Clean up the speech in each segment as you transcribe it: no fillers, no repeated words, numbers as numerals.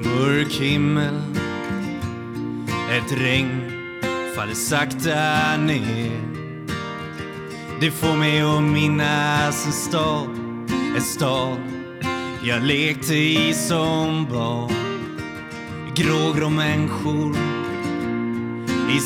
Mörk himmel, ett regn faller sakta ner. Det får mig att minnas en stad jag lekte i som barn. Grågrå människor i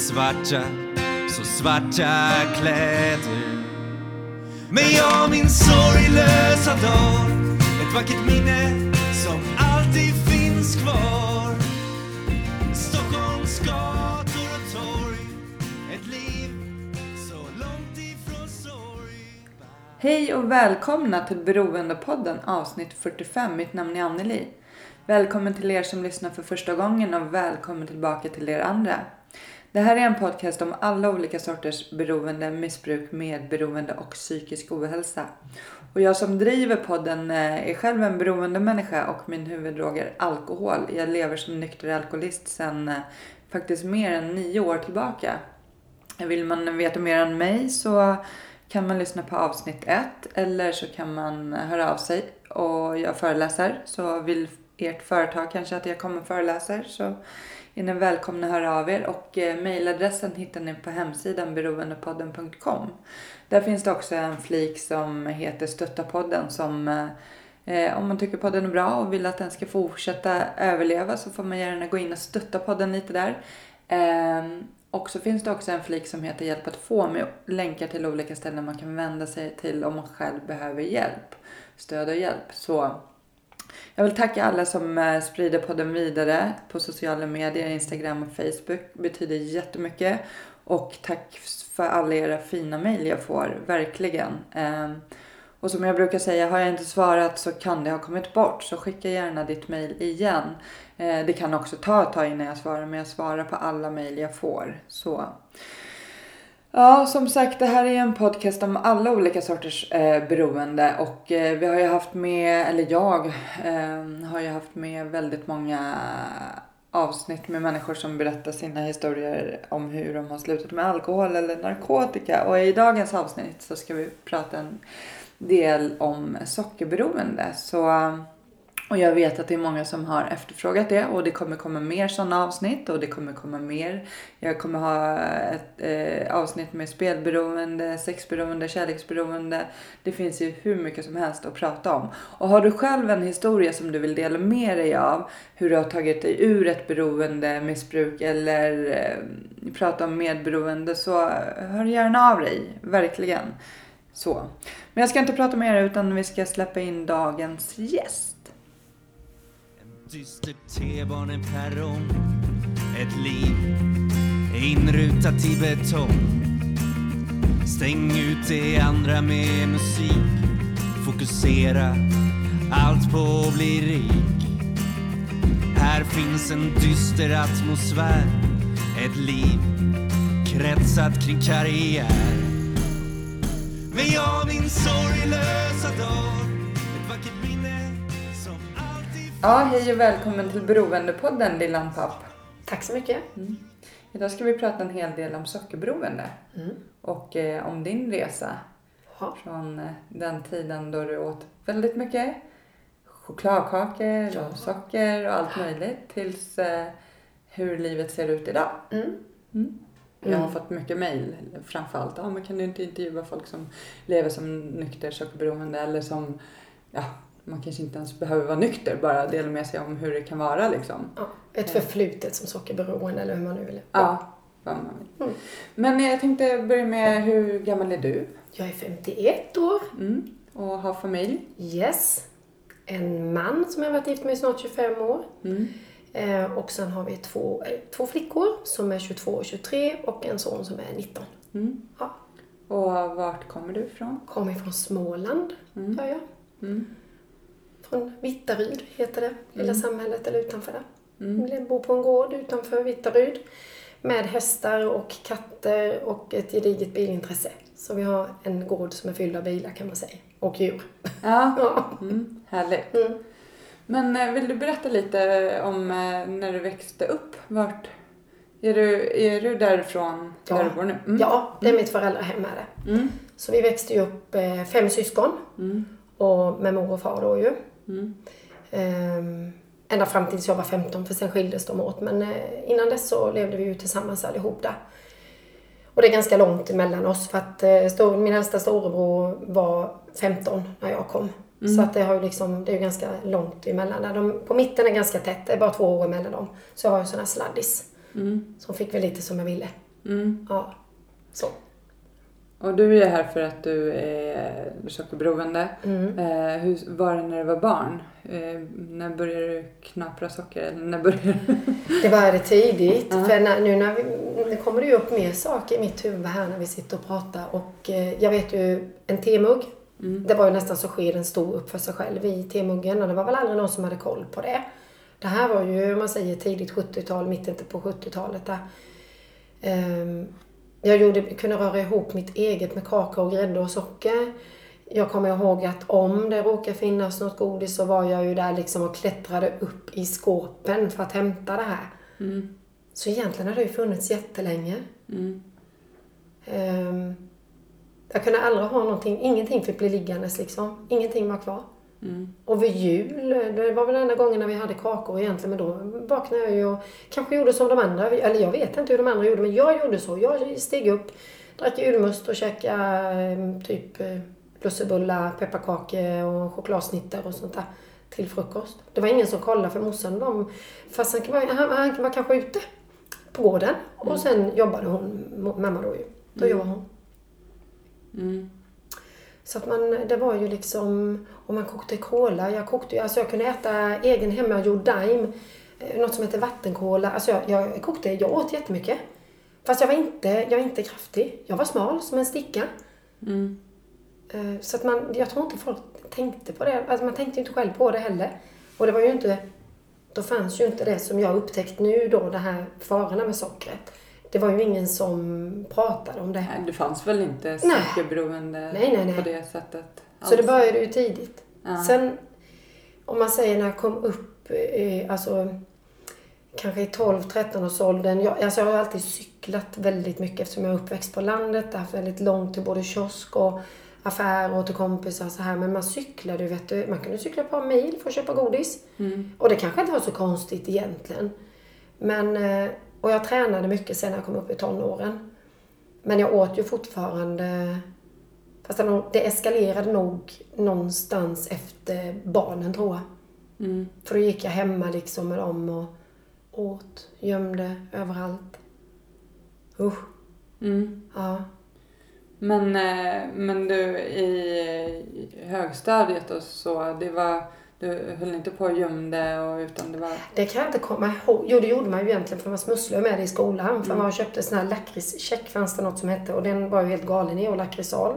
så svarta kläder. Men jag min sorglösa dag, ett vackert minne som alltid finns kvar. Stockholms gator och torg, ett liv så långt ifrån sorg. Hej och välkomna till Beroendepodden avsnitt 45. Mitt namn är Anneli. Välkommen till er som lyssnar för första gången och välkommen tillbaka till er andra. Det här är en podcast om alla olika sorters beroende, missbruk, medberoende och psykisk ohälsa. Och jag som driver podden är själv en beroende människa och min huvuddrog är alkohol. Jag lever som nykter alkoholist sedan faktiskt mer än 9 år tillbaka. Vill man veta mer om mig så kan man lyssna på avsnitt 1 eller så kan man höra av sig och jag föreläser. Så vill ert företag kanske att jag kommer och föreläser så är ni välkomna att höra av er. Och mejladressen hittar ni på hemsidan beroendepodden.com. Där finns det också en flik som heter Stötta-podden som om man tycker podden är bra och vill att den ska fortsätta överleva så får man gärna gå in och stötta podden lite där. Och så finns det också en flik som heter Hjälp att få med länkar till olika ställen man kan vända sig till om man själv behöver hjälp, stöd och hjälp. Så jag vill tacka alla som sprider podden vidare på sociala medier, Instagram och Facebook. Betyder jättemycket. Och tack för alla era fina mejl jag får, verkligen. Och som jag brukar säga, har jag inte svarat så kan det ha kommit bort. Så skicka gärna ditt mejl igen. Det kan också ta ett tag innan jag svarar, men jag svarar på alla mejl jag får. Så. Ja, som sagt, det här är en podcast om alla olika sorters beroende och vi har ju haft med, eller jag har ju haft med väldigt många avsnitt med människor som berättar sina historier om hur de har slutat med alkohol eller narkotika. Och i dagens avsnitt så ska vi prata en del om sockerberoende. Och jag vet att det är många som har efterfrågat det och det kommer komma mer sådana avsnitt och det kommer komma mer. Jag kommer ha ett avsnitt med spelberoende, sexberoende, kärleksberoende. Det finns ju hur mycket som helst att prata om. Och har du själv en historia som du vill dela med dig av, hur du har tagit dig ur ett beroende, missbruk eller prata om medberoende, så hör gärna av dig, verkligen. Så. Men jag ska inte prata mer utan vi ska släppa in dagens gäst. Dyster T-baneperrong, ett liv inrutat i betong. Stäng ut det andra med musik. Fokusera allt på att bli rik. Här finns en dyster atmosfär. Ett liv kretsat kring karriär. Men jag min sorglösa dag, ett vackert minne som alltid. Ja, hej och välkommen till Beroendepodden, Lillan Papp. Tack så mycket. Idag ska vi prata en hel del om sockerberoende. Och om din resa. Från den tiden då du åt väldigt mycket chokladkakor och socker och allt möjligt. Tills hur livet ser ut idag. Jag har fått mycket mejl framförallt. Ja, men kan du inte intervjua folk som lever som nykter sockerberoende eller som, ja, man kanske inte ens behöver vara nykter, bara dela med sig om hur det kan vara liksom. Ja, ett förflutet som sockerberoende eller hur man nu vill. Ja, vad man vill. Men jag tänkte börja med, hur gammal är du? Jag är 51 år. Och har familj? Yes. En man som jag har varit gift med i snart 25 år. Och sen har vi två flickor som är 22 och 23 och en son som är 19. Ja. Och vart kommer du ifrån? Kommer ifrån Småland, gör jag. Från Vittaryd heter det, lilla samhället eller utanför där. Jag bor på en gård utanför Vittaryd med hästar och katter och ett gediget bilintresse. Så vi har en gård som är fylld av bilar kan man säga. Och djur. Ja. Härligt. Men vill du berätta lite om när du växte upp? Vart är du därifrån där du bor nu? Ja, det är mitt föräldrahem är det. Så vi växte ju upp 5 syskon. Och med mor och far då ju. ända fram tills jag var 15, för sen skildes de åt. Men innan dess så levde vi ju tillsammans allihop där. Och det är ganska långt emellan oss, för att min äldsta storebror var 15 när jag kom. Så att det har ju liksom, det är ju ganska långt emellan. På mitten är ganska tätt, det är bara 2 år emellan dem. Så jag var ju sån här sladdis. Som fick väl lite som jag ville. Ja, så. Och du är här för att du är sockerberoende. Hur var det när du var barn? När började du knapra socker? Eller när började du? Det började tidigt. För nu kommer det ju upp mer saker i mitt huvud här när vi sitter och pratar. Och jag vet ju, en temugg. Det var ju nästan så skeden stod upp för sig själv i temuggen. Och det var väl aldrig någon som hade koll på det. Det här var ju, man säger, tidigt 70-tal, mitten på 70-talet där. Jag kunde röra ihop mitt eget med kakor och grädde och socker. Jag kommer ihåg att om det råkade finnas något godis så var jag ju där liksom och klättrade upp i skåpen för att hämta det här. Så egentligen har det ju funnits jättelänge. Jag kunde aldrig ha någonting, ingenting fick bli liggandes liksom. Ingenting var kvar. Och vid jul, det var väl den enda gången när vi hade kakor egentligen, men då vaknade jag ju och kanske gjorde som de andra, eller jag vet inte hur de andra gjorde, men jag gjorde så. Jag steg upp, drack julmust och käkade typ lussebullar, pepparkakor och chokladsnittar och sånt där till frukost. Det var ingen som kollade för morsan, fast han var kanske ute på gården och sen jobbade mamma då ju. Då jobbade hon. Så att det var ju liksom, om man kokte cola, jag kunde äta egen hemmagjord daim, något som heter vattenkola. Alltså jag åt jättemycket. Fast jag var inte kraftig. Jag var smal som en sticka. Så att jag tror inte folk tänkte på det. Alltså man tänkte inte själv på det heller. Och det var ju inte, då fanns ju inte det som jag upptäckt nu då, det här farorna med sockret. Det var ju ingen som pratade om det. Nej, det fanns väl inte sockerberoende på det sättet. Så det började ju tidigt. Sen, om man säger när jag kom upp, alltså kanske i 12-13 års åldern. Jag har alltid cyklat väldigt mycket eftersom jag är uppväxt på landet. Det har haft väldigt långt till både kiosk och affär och till kompisar och så här. Men man cyklade, vet du. Man kunde cykla ett par mil för att köpa godis. Och det kanske inte var så konstigt egentligen. Men... Och jag tränade mycket sen när jag kom upp i tonåren. Men jag åt ju fortfarande... Fast det eskalerade nog någonstans efter barnen, tror jag. För då gick jag hemma liksom med dem och åt, gömde överallt. Ja. Men du, i högstadiet och så, du höll inte på och gömde utan det var... Det kan jag inte komma ihåg. Jo, det gjorde man ju egentligen för man smusslade med det i skolan. För man köpte sån här lakritscheck, fanns det något som hette. Och den var ju helt galen i, och lakritsal.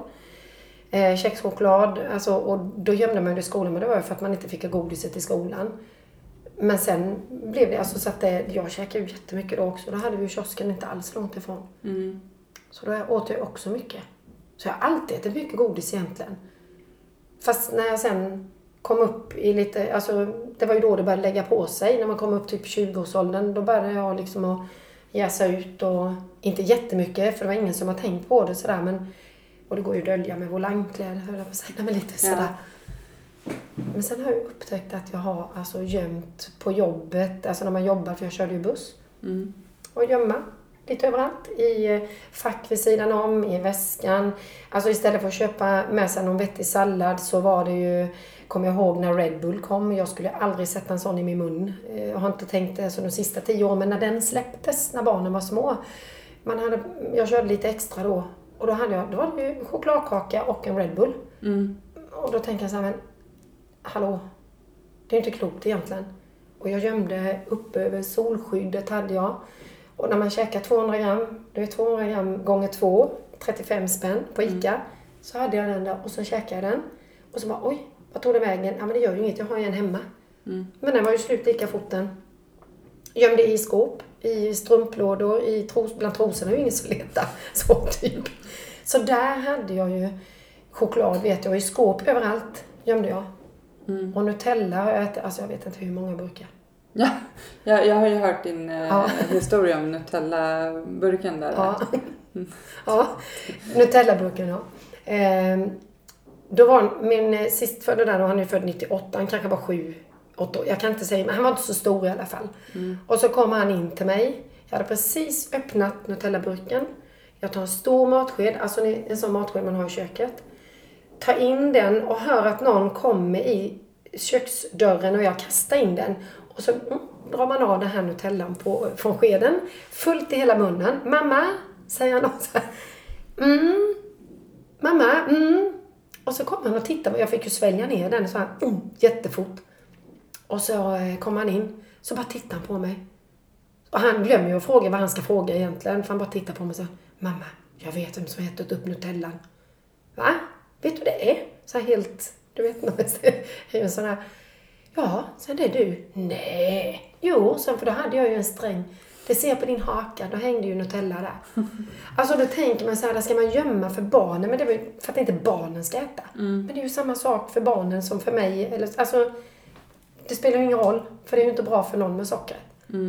Kexchoklad, alltså, och då gömde man ju det i skolan. Men det var ju för att man inte fick godiset i skolan. Men sen blev det alltså så att jag käkade ju jättemycket då också. Då hade vi ju kiosken inte alls långt ifrån. Så då åt jag också mycket. Så jag har alltid ätit mycket godis egentligen. Fast när jag sen... kom upp i lite, alltså det var ju då det började lägga på sig. När man kom upp typ 20-årsåldern, då började jag liksom att jäsa ut och inte jättemycket, för det var ingen som har tänkt på det sådär, men och det går ju att dölja med volangkläder, höll jag på att säga, men lite sådär. Men sen har jag upptäckt att jag har alltså gömt på jobbet, alltså när man jobbar, för jag körde ju buss. Och gömma lite överallt, i fack vid sidan om, i väskan. Alltså istället för att köpa med sig någon vettig sallad så var det ju, kommer jag ihåg när Red Bull kom. Jag skulle aldrig sätta en sån i min mun. Jag har inte tänkt det så de sista 10 åren, men när den släpptes, när barnen var små. Jag körde lite extra då. Och då var det ju chokladkaka och en Red Bull. Och då tänkte jag så här, men hallå, det är inte klokt egentligen. Och jag gömde upp över solskyddet hade jag. Och när man käkar 200 gram, det är 200 gram gånger 2, 35 spänn på Ica. Så hade jag den där och så käkade jag den. Och så bara, oj, vad tog det vägen? Ja, men det gör ju inget, jag har ju en hemma. Men den var ju slut lika fort den. Gömde i skåp, i strumplådor, bland trosorna är ju ingen som letar. Så typ. Så där hade jag ju choklad, vet jag, i skåp överallt gömde jag. Och Nutella har jag ätit, alltså jag vet inte hur många burkar. Ja, jag har ju hört din historia om Nutella-burken där. Ja, Nutella-burken, ja. Då var min sist födda där, och han är född 98, han kanske var 7 jag kan inte säga, men han var inte så stor i alla fall. Och så kom han in till mig. Jag hade precis öppnat Nutella-burken. Jag tar en stor matsked, alltså en sån matsked man har i köket. Tar in den och hör att någon kommer i köksdörren och jag kastar in den. Och så drar man av den här Nutellan från skeden. Fullt i hela munnen. Mamma, säger han också. Mamma, Och så kommer han och tittar. Jag fick ju svälja ner den så här, jättefort. Och så kommer han in. Så bara tittar han på mig. Och han glömmer ju att fråga vad han ska fråga egentligen. För han bara tittar på mig och säger, mamma, jag vet vem som har ätit upp Nutellan. Va? Vet du det är? Så här helt, du vet något. En sån här, ja, sen det är du. Nej. Jo, sen för då hade jag ju en sträng. Det ser på din haka, då hängde ju Nutella där. Alltså då tänker man så här, där ska man gömma för barnen. Men det är väl för att inte barnen ska äta. Men det är ju samma sak för barnen som för mig. Eller, alltså, det spelar ju ingen roll. För det är ju inte bra för någon med sockret.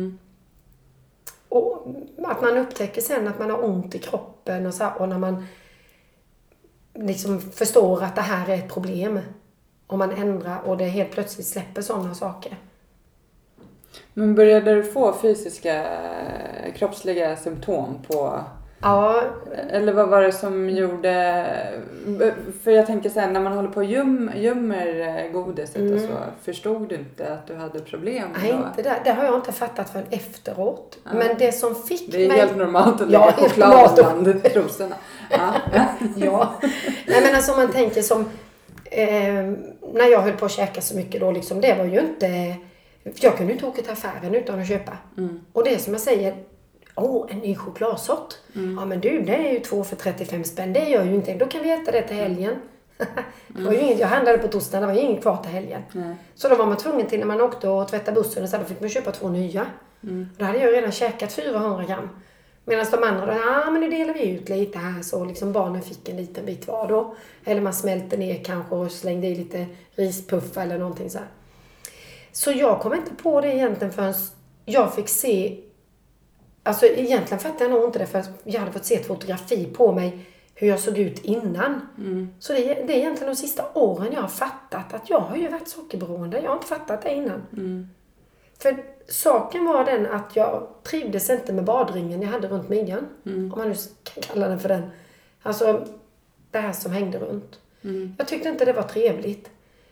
Och att man upptäcker sen att man har ont i kroppen och så här, och när man liksom förstår att det här är ett problem. Och man ändrar och det helt plötsligt släpper sådana saker. Men började du få fysiska, kroppsliga symptom på... Ja. Eller vad var det som gjorde... För jag tänker så här, när man håller på och gömmer godiset och så, förstod du inte att du hade problem? Nej, inte det. Det har jag inte fattat förrän efteråt. Ja. Men det som fick mig... Det är helt normalt att lägga choklad bland trosorna. Ja. Nej, men alltså man tänker som... när jag höll på att käka så mycket då, liksom, det var ju inte... Jag kunde inte åka till affären utan att köpa. Och det som jag säger... en ny chokladsort. Ja men du, det är ju 2 för 35 spänn. Det gör ju inte. Då kan vi äta det till helgen. Det var ju inget, jag handlade på torsdagen. Det var ju inget kvar till helgen. Så då var man tvungen till när man åkte och tvättade bussen. Och så då fick man köpa 2 nya. Då hade jag redan käkat 400 gram. Medan de andra då, men nu delar vi ut lite här. Så liksom barnen fick en liten bit var då. Eller man smälte ner kanske och slängde i lite rispuff eller någonting så här. Så jag kom inte på det egentligen förrän jag fick se... Alltså egentligen fattade jag nog inte det, för jag hade fått se ett fotografi på mig hur jag såg ut innan. Så det är egentligen de sista åren jag har fattat att jag har ju varit sockerberoende. Jag har inte fattat det innan. För saken var den att jag trivdes inte med badringen jag hade runt midjan. Om man nu kan kalla den för den. Alltså det här som hängde runt. Jag tyckte inte det var trevligt.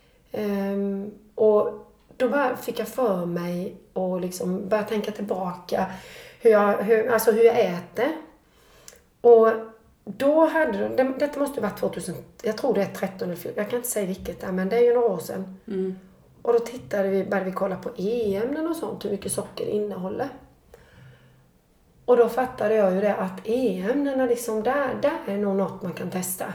Och då bara fick jag för mig och liksom börja tänka tillbaka hur jag äter. Och då hade detta måste ju varit 2000, jag tror det är 13 eller 14, jag kan inte säga vilket, men det är ju några år sedan. Och då började vi kolla på EM och sånt, hur mycket socker det innehåller. Och då fattade jag ju det att EM liksom där är nog något man kan testa.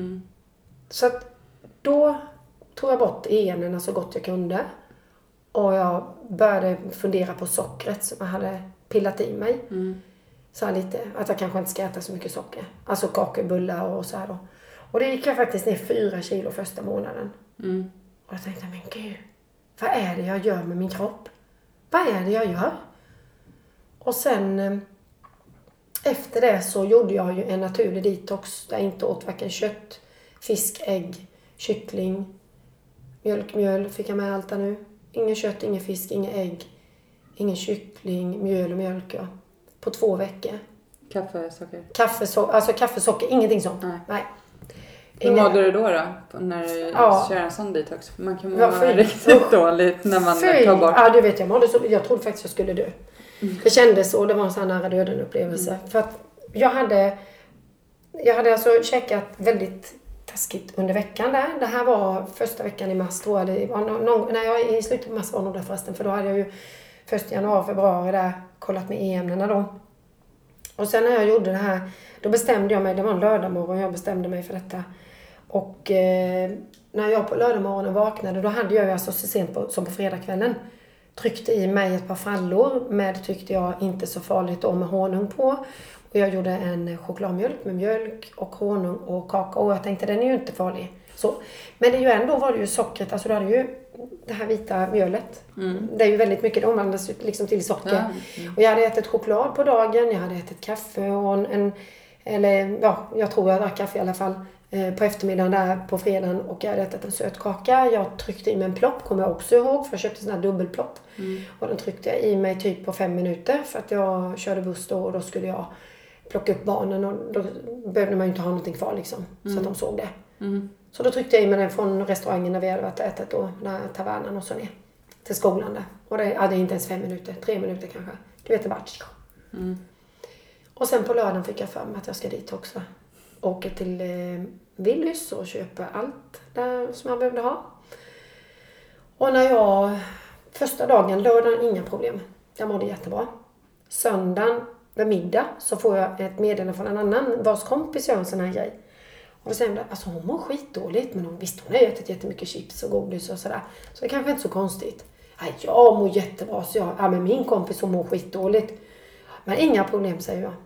Så att då tog jag bort EM så gott jag kunde. Och jag började fundera på sockret som jag hade pillat i mig. Så här lite, att jag kanske inte ska äta så mycket socker. Alltså kakebullar och så här då. Och det gick jag faktiskt ner 4 kilo första månaden. Och jag tänkte, men gud, vad är det jag gör med min kropp? Vad är det jag gör? Och sen efter det så gjorde jag ju en naturlig detox. Där jag inte åt varken kött, fisk, ägg, kyckling, mjölk, fick jag med allt där nu. Ingen kött, ingen fisk, ingen ägg, ingen kyckling, mjöl och mjölk, ja. På 2 veckor. Kaffesocker, ingenting sånt. Nej. Hur mådde du då? När du kör en sån detox? Man kan må riktigt dåligt när man tar bort. Ja, du vet, jag trodde faktiskt jag skulle dö. Det kändes så, det var en sån nära döden upplevelse. För att jag hade alltså käkat väldigt taskigt under veckan där. Det här var första veckan i mars, tror jag. I slutet på mars var nog där förresten. För då hade jag ju 1 januari, februari där kollat med EM-erna då. Och sen när jag gjorde det här, då bestämde jag mig, det var en lördagmorgon jag bestämde mig för detta. Och när jag på lördagmorgonen vaknade, då hade jag ju alltså så sent som på fredagskvällen tryckte i mig ett par frallor med, tyckte jag, inte så farligt med honung på. Och jag gjorde en chokladmjölk med mjölk och honung och kakao. Och jag tänkte, den är ju inte farlig. Så. Men det är ju ändå var det ju sockret, alltså du hade ju det här vita mjölet. Det är ju väldigt mycket, det omvandlas liksom till socker. Och jag hade ätit choklad på dagen, jag hade ätit kaffe och jag tror jag drack kaffe i alla fall. på eftermiddagen där på fredagen och jag hade ätit en sötkaka. Jag tryckte i mig en plopp, kommer jag också ihåg, för jag köpte sån här dubbelplopp. Och den tryckte jag i mig typ på 5 minuter för att jag körde buss då och då skulle jag plocka upp barnen och då behövde man ju inte ha någonting kvar liksom, så att de såg det. Så då tryckte jag i mig den från restaurangen när vi hade varit och ätit då, den här tavernan och så ner till skolan där. Och det hade inte ens 5 minuter, 3 minuter kanske. Du vet det bara. Och sen på lördagen fick jag för mig att jag ska dit också. Åker till Willys och köper allt där som jag behövde ha. Och när jag, första dagen, lördagen, inga problem. Jag mådde jättebra. Söndagen vid middag så får jag ett meddelande från en annan vars kompis gör en sån här grej. Och då säger hon, alltså hon mår skitdåligt, men hon har ju ätit jättemycket chips och godis och sådär. Så det kanske inte är så konstigt. Nej, jag mår jättebra, så men min kompis hon mår skitdåligt. Men inga problem, säger jag.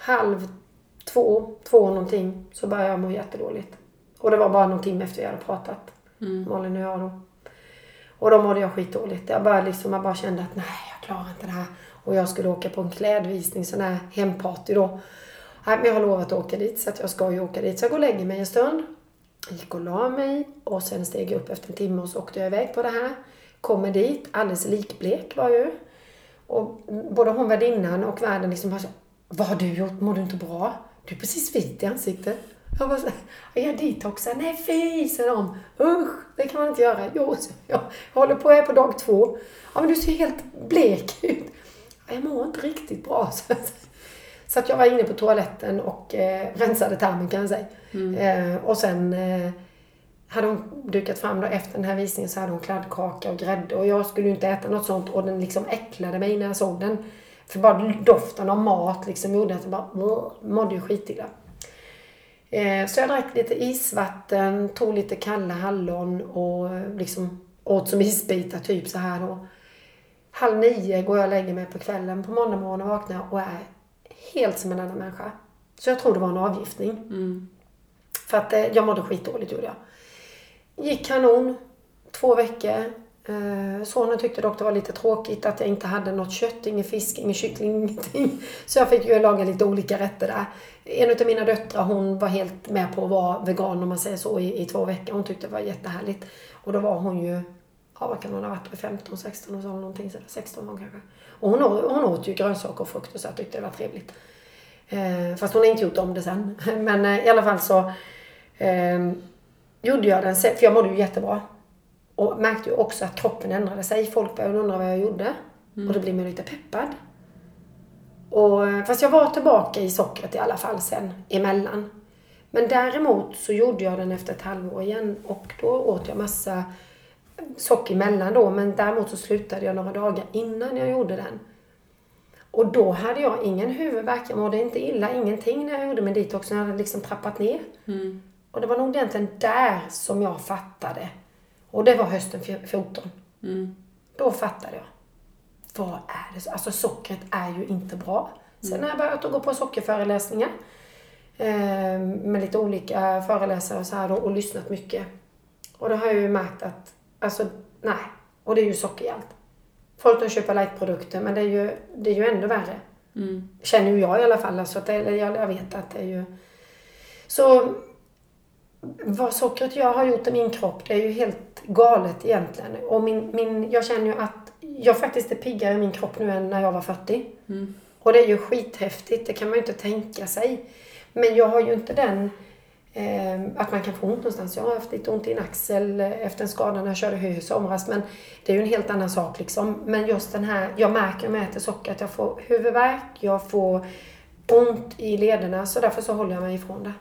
1:30, någonting, så började jag må jättedåligt. Och det var bara någon timme efter jag hade pratat. Malin och jag då. Och då mådde jag skitdåligt. Jag bara kände att nej, jag klarar inte det här. Och jag skulle åka på en klädvisning, sån här hemparty då. Nej, men jag har lovat att åka dit, så att jag ska ju åka dit. Så jag går och lägger mig en stund. Gick och la mig. Och sen steg jag upp efter en timme och så åkte jag iväg på det här. Kommer dit, alldeles likblek var jag ju. Och både hon värdinnan och värden liksom bara så, vad har du gjort? Mår du inte bra? Du är precis vit i ansiktet. Jag bara så, jag dit också. Nej, fy, säger de. Usch, det kan man inte göra. Jo, jag håller på, jag är på dag 2. Ja, men du ser helt blek ut. Jag mår inte riktigt bra. Så att jag var inne på toaletten och rensade tarmen, kan jag säga. Och sen hade hon dukat fram då efter den här visningen, så hade hon kladdkaka och grädde. Och jag skulle ju inte äta något sånt, och den liksom äcklade mig när jag såg den. För bara doften av mat liksom gjorde att jag bara mådde ju skitilla. Så jag drack lite isvatten, tog lite kalla hallon och liksom åt som isbitar typ så här då. 8:30 går jag och lägger mig på kvällen. På måndag morgon och vaknar och är helt som en annan människa. Så jag tror det var en avgiftning. För att jag mådde skitdåligt, gjorde jag. Gick kanon, 2 veckor. Sonen tyckte dock det var lite tråkigt att jag inte hade något kött, ingen fisk, ingen kyckling, ingenting. Så jag fick ju laga lite olika rätter där. En av mina döttrar, hon var helt med på att vara vegan, om man säger så, i 2 veckor. Hon tyckte det var jättehärligt. Och då var hon ju, vad kan hon ha varit, 15, 16 och så, någonting, 16 år kanske. Och hon åt ju grönsaker och frukt, och så jag tyckte det var trevligt. Fast hon har inte gjort om det sen. Men i alla fall så gjorde jag den, för jag mådde ju jättebra. Och märkte ju också att kroppen ändrade sig. Folk började undra vad jag gjorde. Och då blev man lite peppad. Fast jag var tillbaka i sockret i alla fall sen emellan. Men däremot så gjorde jag den efter ett halvår igen. Och då åt jag massa socker emellan då. Men däremot så slutade jag några dagar innan jag gjorde den. Och då hade jag ingen huvudvärk. Jag mådde inte illa, ingenting när jag gjorde min detox. Jag hade liksom trappat ner. Och det var nog egentligen där som jag fattade. Och det var hösten 14. Då fattade jag. Vad är det? Alltså sockret är ju inte bra. Sen har jag börjat att gå på sockerföreläsningar. Med lite olika föreläsare och så här. Och lyssnat mycket. Och då har jag ju märkt att, alltså nej. Och det är ju socker i allt. Folk att köpa lightprodukter, men det är ju ändå värre. Känner ju jag i alla fall. Alltså att jag vet att det är ju... Så vad sockret jag har gjort i min kropp, det är ju helt galet egentligen. Och jag känner ju att jag faktiskt är piggare i min kropp nu än när jag var 40. Och det är ju skithäftigt, det kan man ju inte tänka sig. Men jag har ju inte den att man kan få ont någonstans. Jag har haft lite ont i en axel efter en skada när jag körde hög i somras. Men det är ju en helt annan sak liksom. Men just den här, jag märker när jag äter socker att jag får huvudvärk, jag får ont i lederna. Så därför så håller jag mig ifrån det.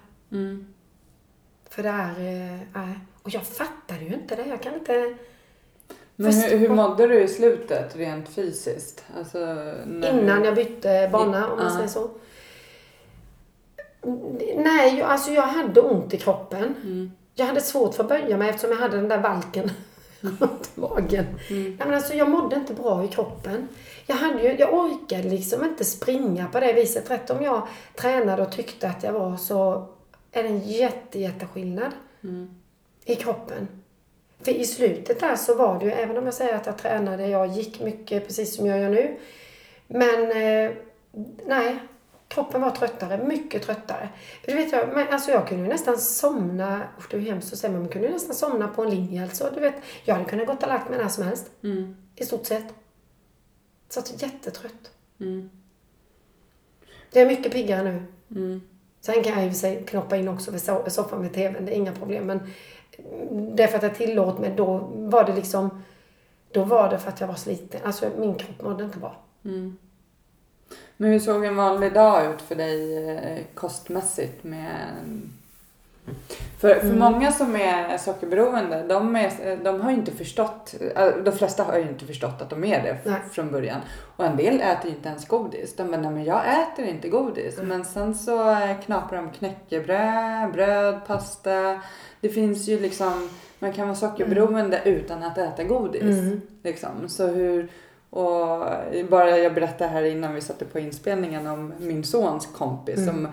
För det är... Och jag fattar ju inte det. Jag kan inte... Men hur mådde du i slutet rent fysiskt? Alltså, innan jag bytte bana, om man säger så. Nej, alltså jag hade ont i kroppen. Jag hade svårt för att böja mig eftersom jag hade den där valken runt magen. Nej, men alltså jag mådde inte bra i kroppen. Jag orkade liksom inte springa på det viset. Rätt om jag tränade och tyckte att jag var, så är det en jätteskillnad i kroppen. För i slutet där så var det ju, även om jag säger att jag tränade, jag gick mycket precis som jag gör nu. Men nej, Kroppen var tröttare, mycket tröttare. Du vet, jag kunde ju nästan somna, det är ju hemskt att säga, men man kunde ju nästan somna på en linje. Alltså, du vet, jag hade kunnat gått och lagt mig när som helst. I stort sett. Så att jag är jättetrött. Det är mycket piggare nu. Sen kan jag ju sig knoppa in också vid soffan med tvn, det är inga problem. Men därför att jag tillåt mig, då var det för att jag var sliten. Alltså min kropp mådde inte bra. Men hur såg en vanlig dag ut för dig kostmässigt med... För många som är sockerberoende, de har ju inte förstått, de flesta har ju inte förstått att de är det från början. Och en del äter ju inte ens godis. De menar, men jag äter inte godis. Men sen så knaprar de knäckebröd, bröd, pasta. Det finns ju liksom, man kan vara sockerberoende utan att äta godis. Liksom. Så hur... Och bara jag berättade här innan vi satte på inspelningen om min sons kompis som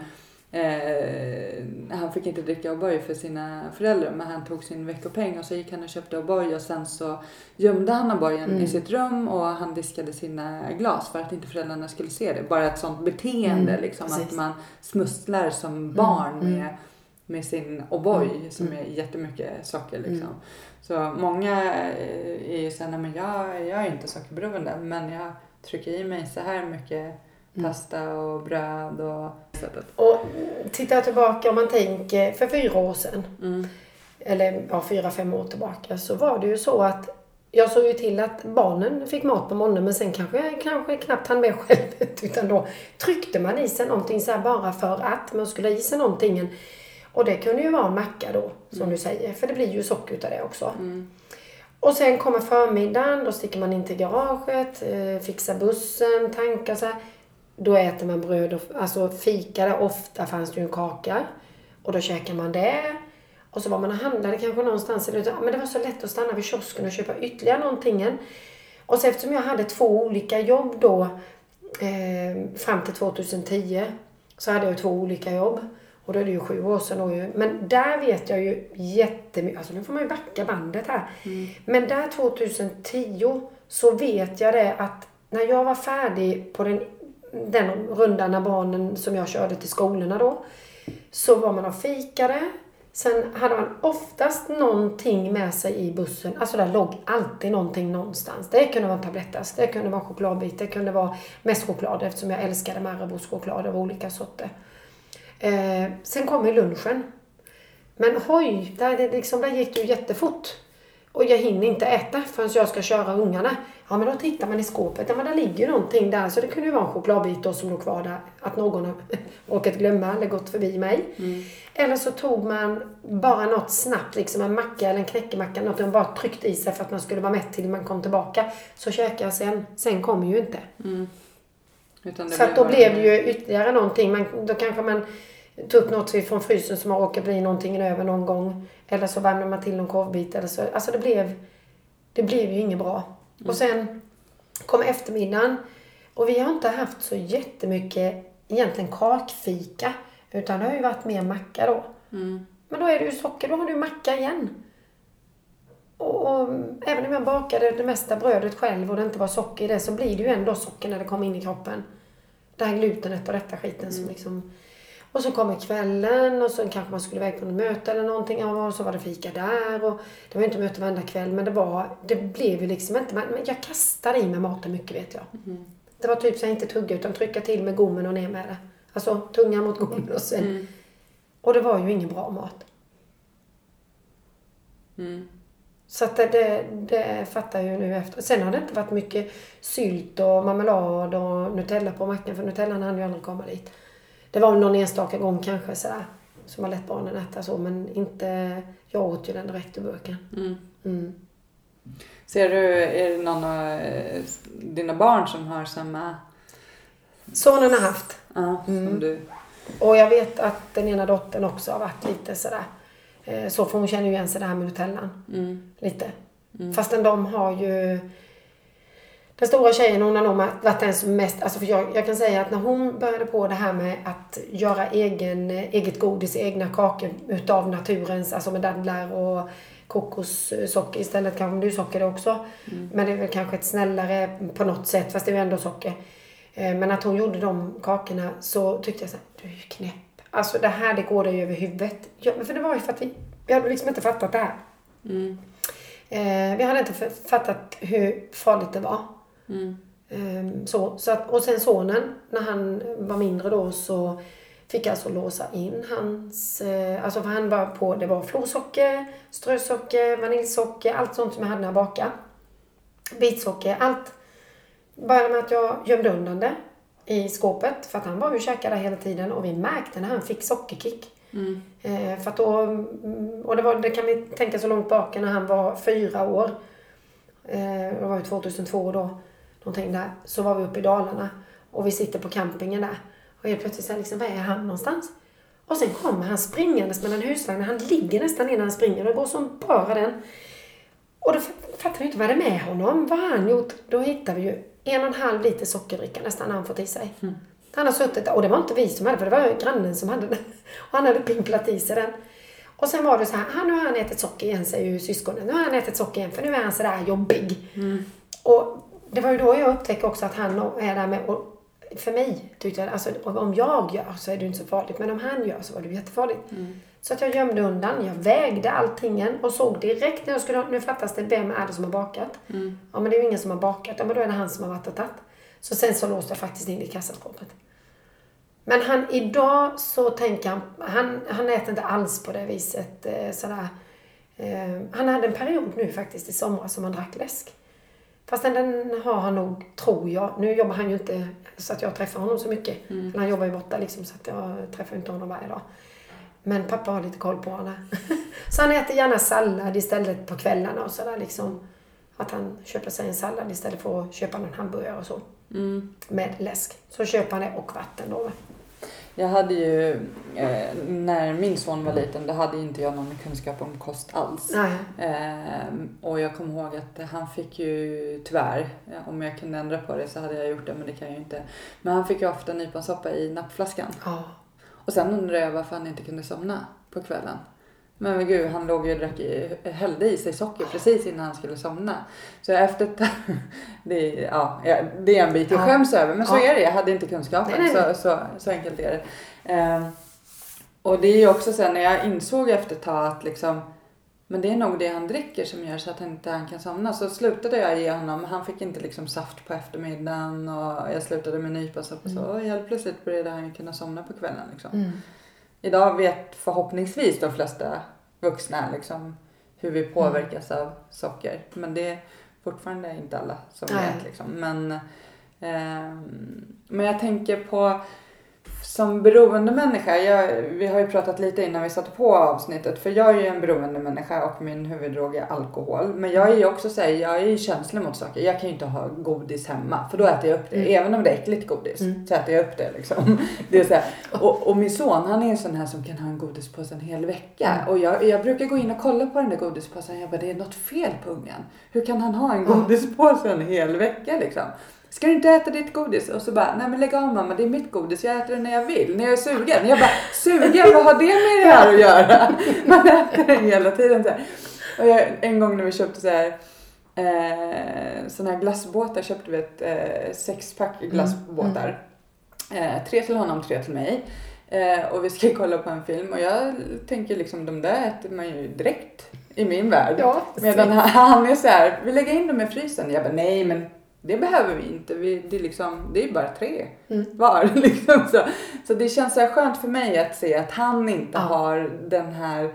han fick inte dricka O'boy för sina föräldrar, men han tog sin veckopeng och så gick han och köpte O'boy och sen så gömde han O'boyen i sitt rum och han diskade sina glas för att inte föräldrarna skulle se det. Bara ett sånt beteende liksom, att man smusslar som barn med sin O'boy som är jättemycket socker liksom. Så många är ju såhär, men jag är inte sockerberoende, men jag trycker i mig så här mycket pasta och bröd och sättet. Och tittar tillbaka, om man tänker för 4 år sedan, eller 4-5 år tillbaka, så var det ju så att jag såg ju till att barnen fick mat på morgonen, men sen kanske knappt han med själv, utan då tryckte man i sig någonting så här bara för att man skulle i sig någonting. Och det kunde ju vara en macka då, som du säger. För det blir ju socker utav det också. Och sen kommer förmiddagen, då sticker man in till garaget, fixar bussen, tankar så här. Då äter man bröd och alltså fika där. Ofta fanns det ju en kaka. Och då käkar man det. Och så var man och handlade kanske någonstans. Men det var så lätt att stanna vid kiosken och köpa ytterligare någonting. Och så eftersom jag hade 2 olika jobb då, fram till 2010, så hade jag 2 olika jobb. Och då är det ju 7 år sedan då ju. Men där vet jag ju jättemycket. Alltså nu får man ju backa bandet här. Men där 2010 så vet jag det att när jag var färdig på den rundan när barnen som jag körde till skolorna då. Så var man och fikade. Sen hade man oftast någonting med sig i bussen. Alltså där låg alltid någonting någonstans. Det kunde vara en tablettask, det kunde vara chokladbit, det kunde vara mest choklad eftersom jag älskade Marabous choklad av olika sorter. Sen kom lunchen. Men där gick det ju jättefort. Och jag hinner inte äta förrän jag ska köra ungarna. Ja, men då tittar man i skåpet. Ja, men där ligger ju någonting där. Så det kunde ju vara en chokladbit då som låg kvar där. Att någon har råkat glömma eller gått förbi mig. Eller så tog man bara något snabbt. Liksom en macka eller en knäckemacka. Något man bara tryckte i sig för att man skulle vara mätt till man kom tillbaka. Så käkade jag sen. Sen kom ju inte. Så att då blev det ju ytterligare någonting. Då kanske man tog upp något från frysen som har råkat bli någonting över någon gång. Eller så värmde man till någon korvbit. Eller så. Alltså det blev ju inget bra. Och sen kom eftermiddagen. Och vi har inte haft så jättemycket egentligen kakfika. Utan det har ju varit mer macka då. Men då är det ju socker. Då har du macka igen. Och även om jag bakade det mesta brödet själv och det inte var socker i det, så blir det ju ändå socker när det kommer in i kroppen. Det här glutenet och detta skiten som liksom... Och så kommer kvällen och så kanske man skulle iväg på något möte eller någonting. Och så var det fika där. Och det var ju inte möte varenda kväll, men det blev ju liksom inte... Men jag kastade i mig maten mycket, vet jag. Det var typ så jag inte tugga utan trycka till med gommen och ner med det. Alltså tungan mot gommen och sen... Och det var ju ingen bra mat. Så att det fattar jag ju nu efter. Sen har det inte varit mycket sylt och marmelad och Nutella på mackan. För Nutellan hann ju aldrig komma dit. Det var någon enstaka gång kanske sådär. Som har lätt barnen äta så. Men inte... Jag åt ju den direkt ur burken. Ser du, är det någon av dina barn som har samma... Sonen har haft. Ja, som du. Och jag vet att den ena dottern också har varit lite sådär. Så för hon känner ju igen sig det här med Nutellan. Lite. Fastän de har ju... Den stora tjejen, hon har nog varit den som mest... Alltså för jag kan säga att när hon började på det här med att göra eget godis, egna kakor utav naturens, alltså med dadlar och kokossocker istället, kanske det är socker det också. Men det är väl kanske ett snällare på något sätt, fast det är ju ändå socker. Men att hon gjorde de kakorna så tyckte jag så här, du är ju knäpp. Alltså det går dig över huvudet. Ja, för det var ju för att vi hade liksom inte fattat det här. Vi hade inte fattat hur farligt det var. Så att, och sen sonen, när han var mindre då, så fick jag alltså låsa in hans, alltså för han var på, det var florsocker, strösocker, vaniljsocker, allt sånt som jag hade när jag bakade. Bitsocker, allt. Började med att jag gömde undan det i skåpet, för att han var ju och käkade hela tiden, och vi märkte när han fick sockerkick. För att då, och det kan vi tänka så långt bak när han var 4 år. Det var ju 2002 då, någonting där. Så var vi uppe i Dalarna och vi sitter på campingen där. Och helt plötsligt så liksom, var är han någonstans? Och sen kommer han springandes mellan husvagnen. Han ligger nästan innan han springer. Och går som bara den. Och då fattar vi inte vad det är med honom. Vad har han gjort? Då hittar vi ju 1,5 liter sockerdricka nästan han fått i sig. Han har suttit där. Och det var inte vi som hade, för det var grannen som hade den. Och han hade pimplat i sig den. Och sen var det så här, nu har han ätit socker igen, säger ju syskonen. Nu har han ätit socker igen, för nu är han så där jobbig. Och det var ju då jag upptäckte också att han är där med, och för mig tyckte jag, alltså om jag gör så är det inte så farligt, men om han gör så var det jättefarligt. Så att jag gömde undan, jag vägde alltingen och såg direkt när jag skulle, nu fattas det, vem är det som har bakat? Ja, men det är ju ingen som har bakat, ja, men då är det han som har varit och tagit. Så sen så låste jag faktiskt in i kassaskåpet. Men han idag så tänker han äter inte alls på det viset sådär. Han hade en period nu faktiskt i somras som han drack läsk. Fast den har han nog, tror jag. Nu jobbar han ju inte så att jag träffar honom så mycket. För han jobbar ju borta liksom, så att jag träffar inte honom varje dag. Men pappa har lite koll på honom. Så han äter gärna sallad istället på kvällarna och sådär liksom. Att han köper sig en sallad istället för att köpa någon hamburgare och så. Med läsk. Så köper han det och vatten då. Jag hade ju, när min son var liten, då hade inte jag någon kunskap om kost alls. Och jag kommer ihåg att han fick ju, tyvärr, om jag kunde ändra på det så hade jag gjort det, men det kan jag ju inte. Men han fick ju ofta nyponsoppa i nappflaskan. Och sen undrade jag varför han inte kunde somna på kvällen. Men gud, han låg ju och hällde i sig socker precis innan han skulle somna. Så efter det är en bit jag skäms över. Men så är det, jag hade inte kunskapen. Nej. Så enkelt är det. Och det är ju också sen när jag insåg efter ett tag att liksom, men det är nog det han dricker som gör så att han inte kan somna. Så slutade jag ge honom, han fick inte liksom saft på eftermiddagen. Och jag slutade med nyponsoppa. Så helt plötsligt började han kunna somna på kvällen liksom. Idag vet förhoppningsvis de flesta vuxna liksom hur vi påverkas av socker. Men det är fortfarande inte alla som vet liksom. Men jag tänker på som beroende människa. Vi har ju pratat lite innan vi satte på avsnittet. För jag är ju en beroende människa och min huvuddrog är alkohol. Men jag är ju också jag är ju känslig mot saker. Jag kan ju inte ha godis hemma. För då äter jag upp det. Även om det är äckligt godis så äter jag upp det liksom. Det är så här. Och min son, han är en sån här som kan ha en godispåse en hel vecka. Och jag brukar gå in och kolla på den där godispåsen. Jag bara, det är något fel på ungen. Hur kan han ha en godispåse en hel vecka liksom? Ska du inte äta ditt godis? Och så bara, nej men lägg av mamma, det är mitt godis. Jag äter det när jag vill, när jag är sugen. Jag bara, sugen, vad har det med det här att göra? Man äter den hela tiden så här. Och en gång när vi köpte så här, såna här glassbåtar, köpte vi ett 6-pack glassbåtar. 3 till honom, 3 till mig. Och vi ska kolla på en film. Och jag tänker liksom, de där äter man ju direkt i min värld. Ja, medan han är så här, vi lägger in dem i frysen. Jag bara, nej men det behöver vi inte. Det är bara 3 var. Liksom. Så det känns så här skönt för mig att se att han inte har den här...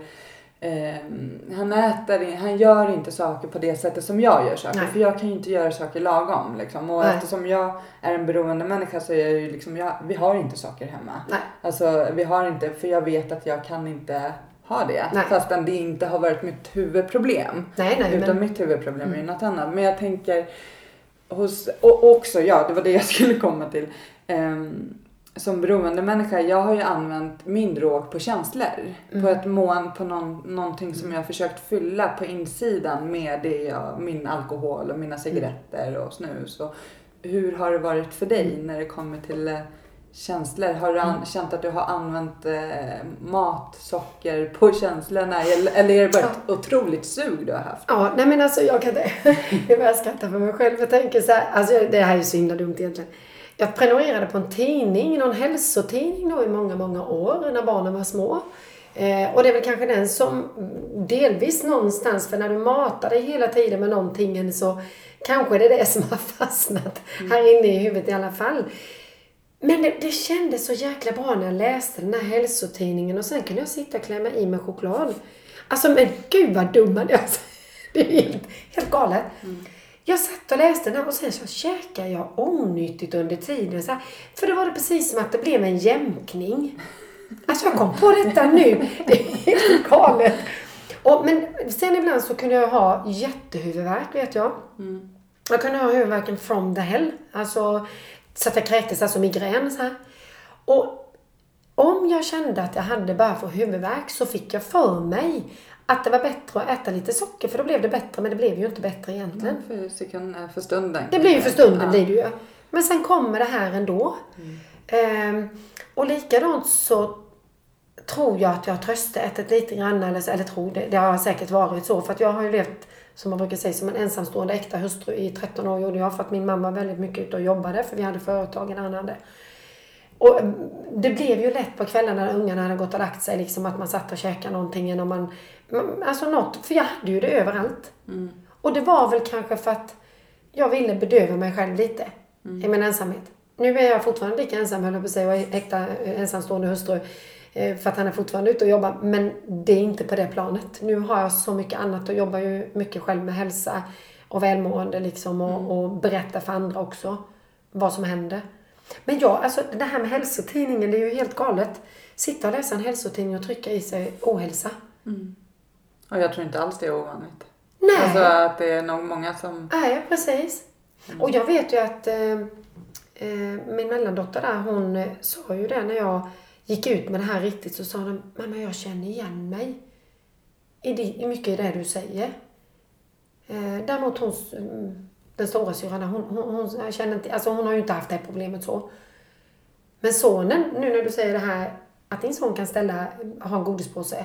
Han gör inte saker på det sättet som jag gör saker. Nej. För jag kan ju inte göra saker lagom. Liksom. Och eftersom jag är en beroende människa så är jag ju liksom... vi har inte saker hemma. Nej. Alltså vi har inte... För jag vet att jag kan inte ha det. Nej. Fastän det inte har varit mitt huvudproblem. Utan mitt huvudproblem är ju något annat. Men jag tänker... Och också, det var det jag skulle komma till. Som beroende människa, jag har ju använt min drog på känslor. På ett mån på någonting som jag har försökt fylla på insidan med min alkohol och mina cigaretter och snus. Och hur har det varit för dig när det kommer till känslor? Har du känt att du har använt socker på känslorna? Eller är det bara ett otroligt sug du har haft? Ja, nej men alltså jag kan inte... Jag börjar skratta för mig själv. Jag tänker så här, alltså det här är ju så himla dumt egentligen. jag prenumererade på en tidning, någon hälsotidning då i många, många år när barnen var små. Och det är väl kanske den som delvis någonstans, för när du matar dig hela tiden med någonting så kanske det är det som har fastnat här inne i huvudet i alla fall. Men det kändes så jäkla bra när jag läste den här hälsotidningen och sen kunde jag sitta och klämma i med choklad. Alltså men gud vad dumma det är. Det är helt galet. Jag satt och läste den och sen så käkade jag onyttigt under tiden. Så här, för det var det precis som att det blev en jämkning. Alltså jag kom på detta nu. Det är helt galet. Men sen ibland så kunde jag ha jättehuvudvärk, vet jag. Jag kunde ha huvudvärken from the hell. Alltså så att jag kräktes, alltså migrän så här. Och om jag kände att jag hade bara för huvudvärk så fick jag för mig att det var bättre att äta lite socker, för då blev det bättre, men det blev ju inte bättre egentligen. För stunden. Det blir ju för stunden, blir det ju. Men sen kommer det här ändå. Och likadant så tror jag att jag har tröstätit lite grann, eller tror det har säkert varit så, för att jag har ju levt, som man brukar säga, som en ensamstående äkta hustru i 13 år gjorde jag, för att min mamma var väldigt mycket ute och jobbade, för vi hade företag en annan. Och det blev ju lätt på kvällarna när ungarna hade gått och lagt sig, liksom att man satt och käkade någonting, och alltså något, för jag hade ju det överallt. Och det var väl kanske för att jag ville bedöva mig själv lite i min ensamhet. Nu är jag fortfarande lika ensam, höll jag på att säga, och äkta ensamstående hustru, för att han är fortfarande ute och jobbar, men det är inte på det planet. Nu har jag så mycket annat och jobbar ju mycket själv med hälsa och välmående liksom, och berätta för andra också vad som händer. Men ja, alltså det här med hälsotidningen, det är ju helt galet. Sitta och läsa en hälsotidning och trycka i sig ohälsa. Och jag tror inte alls det är ovanligt. Nej. Alltså att det är nog många som... Nej, precis. Och jag vet ju att min mellandotter där, hon sa ju det när jag gick ut med det här riktigt, så sa hon: mamma, jag känner igen mig i mycket i det du säger. Däremot hon, den stora syran, hon känner inte, alltså hon har ju inte haft det problemet så. Men sonen, nu när du säger det här, att din son kan ha en godispåse.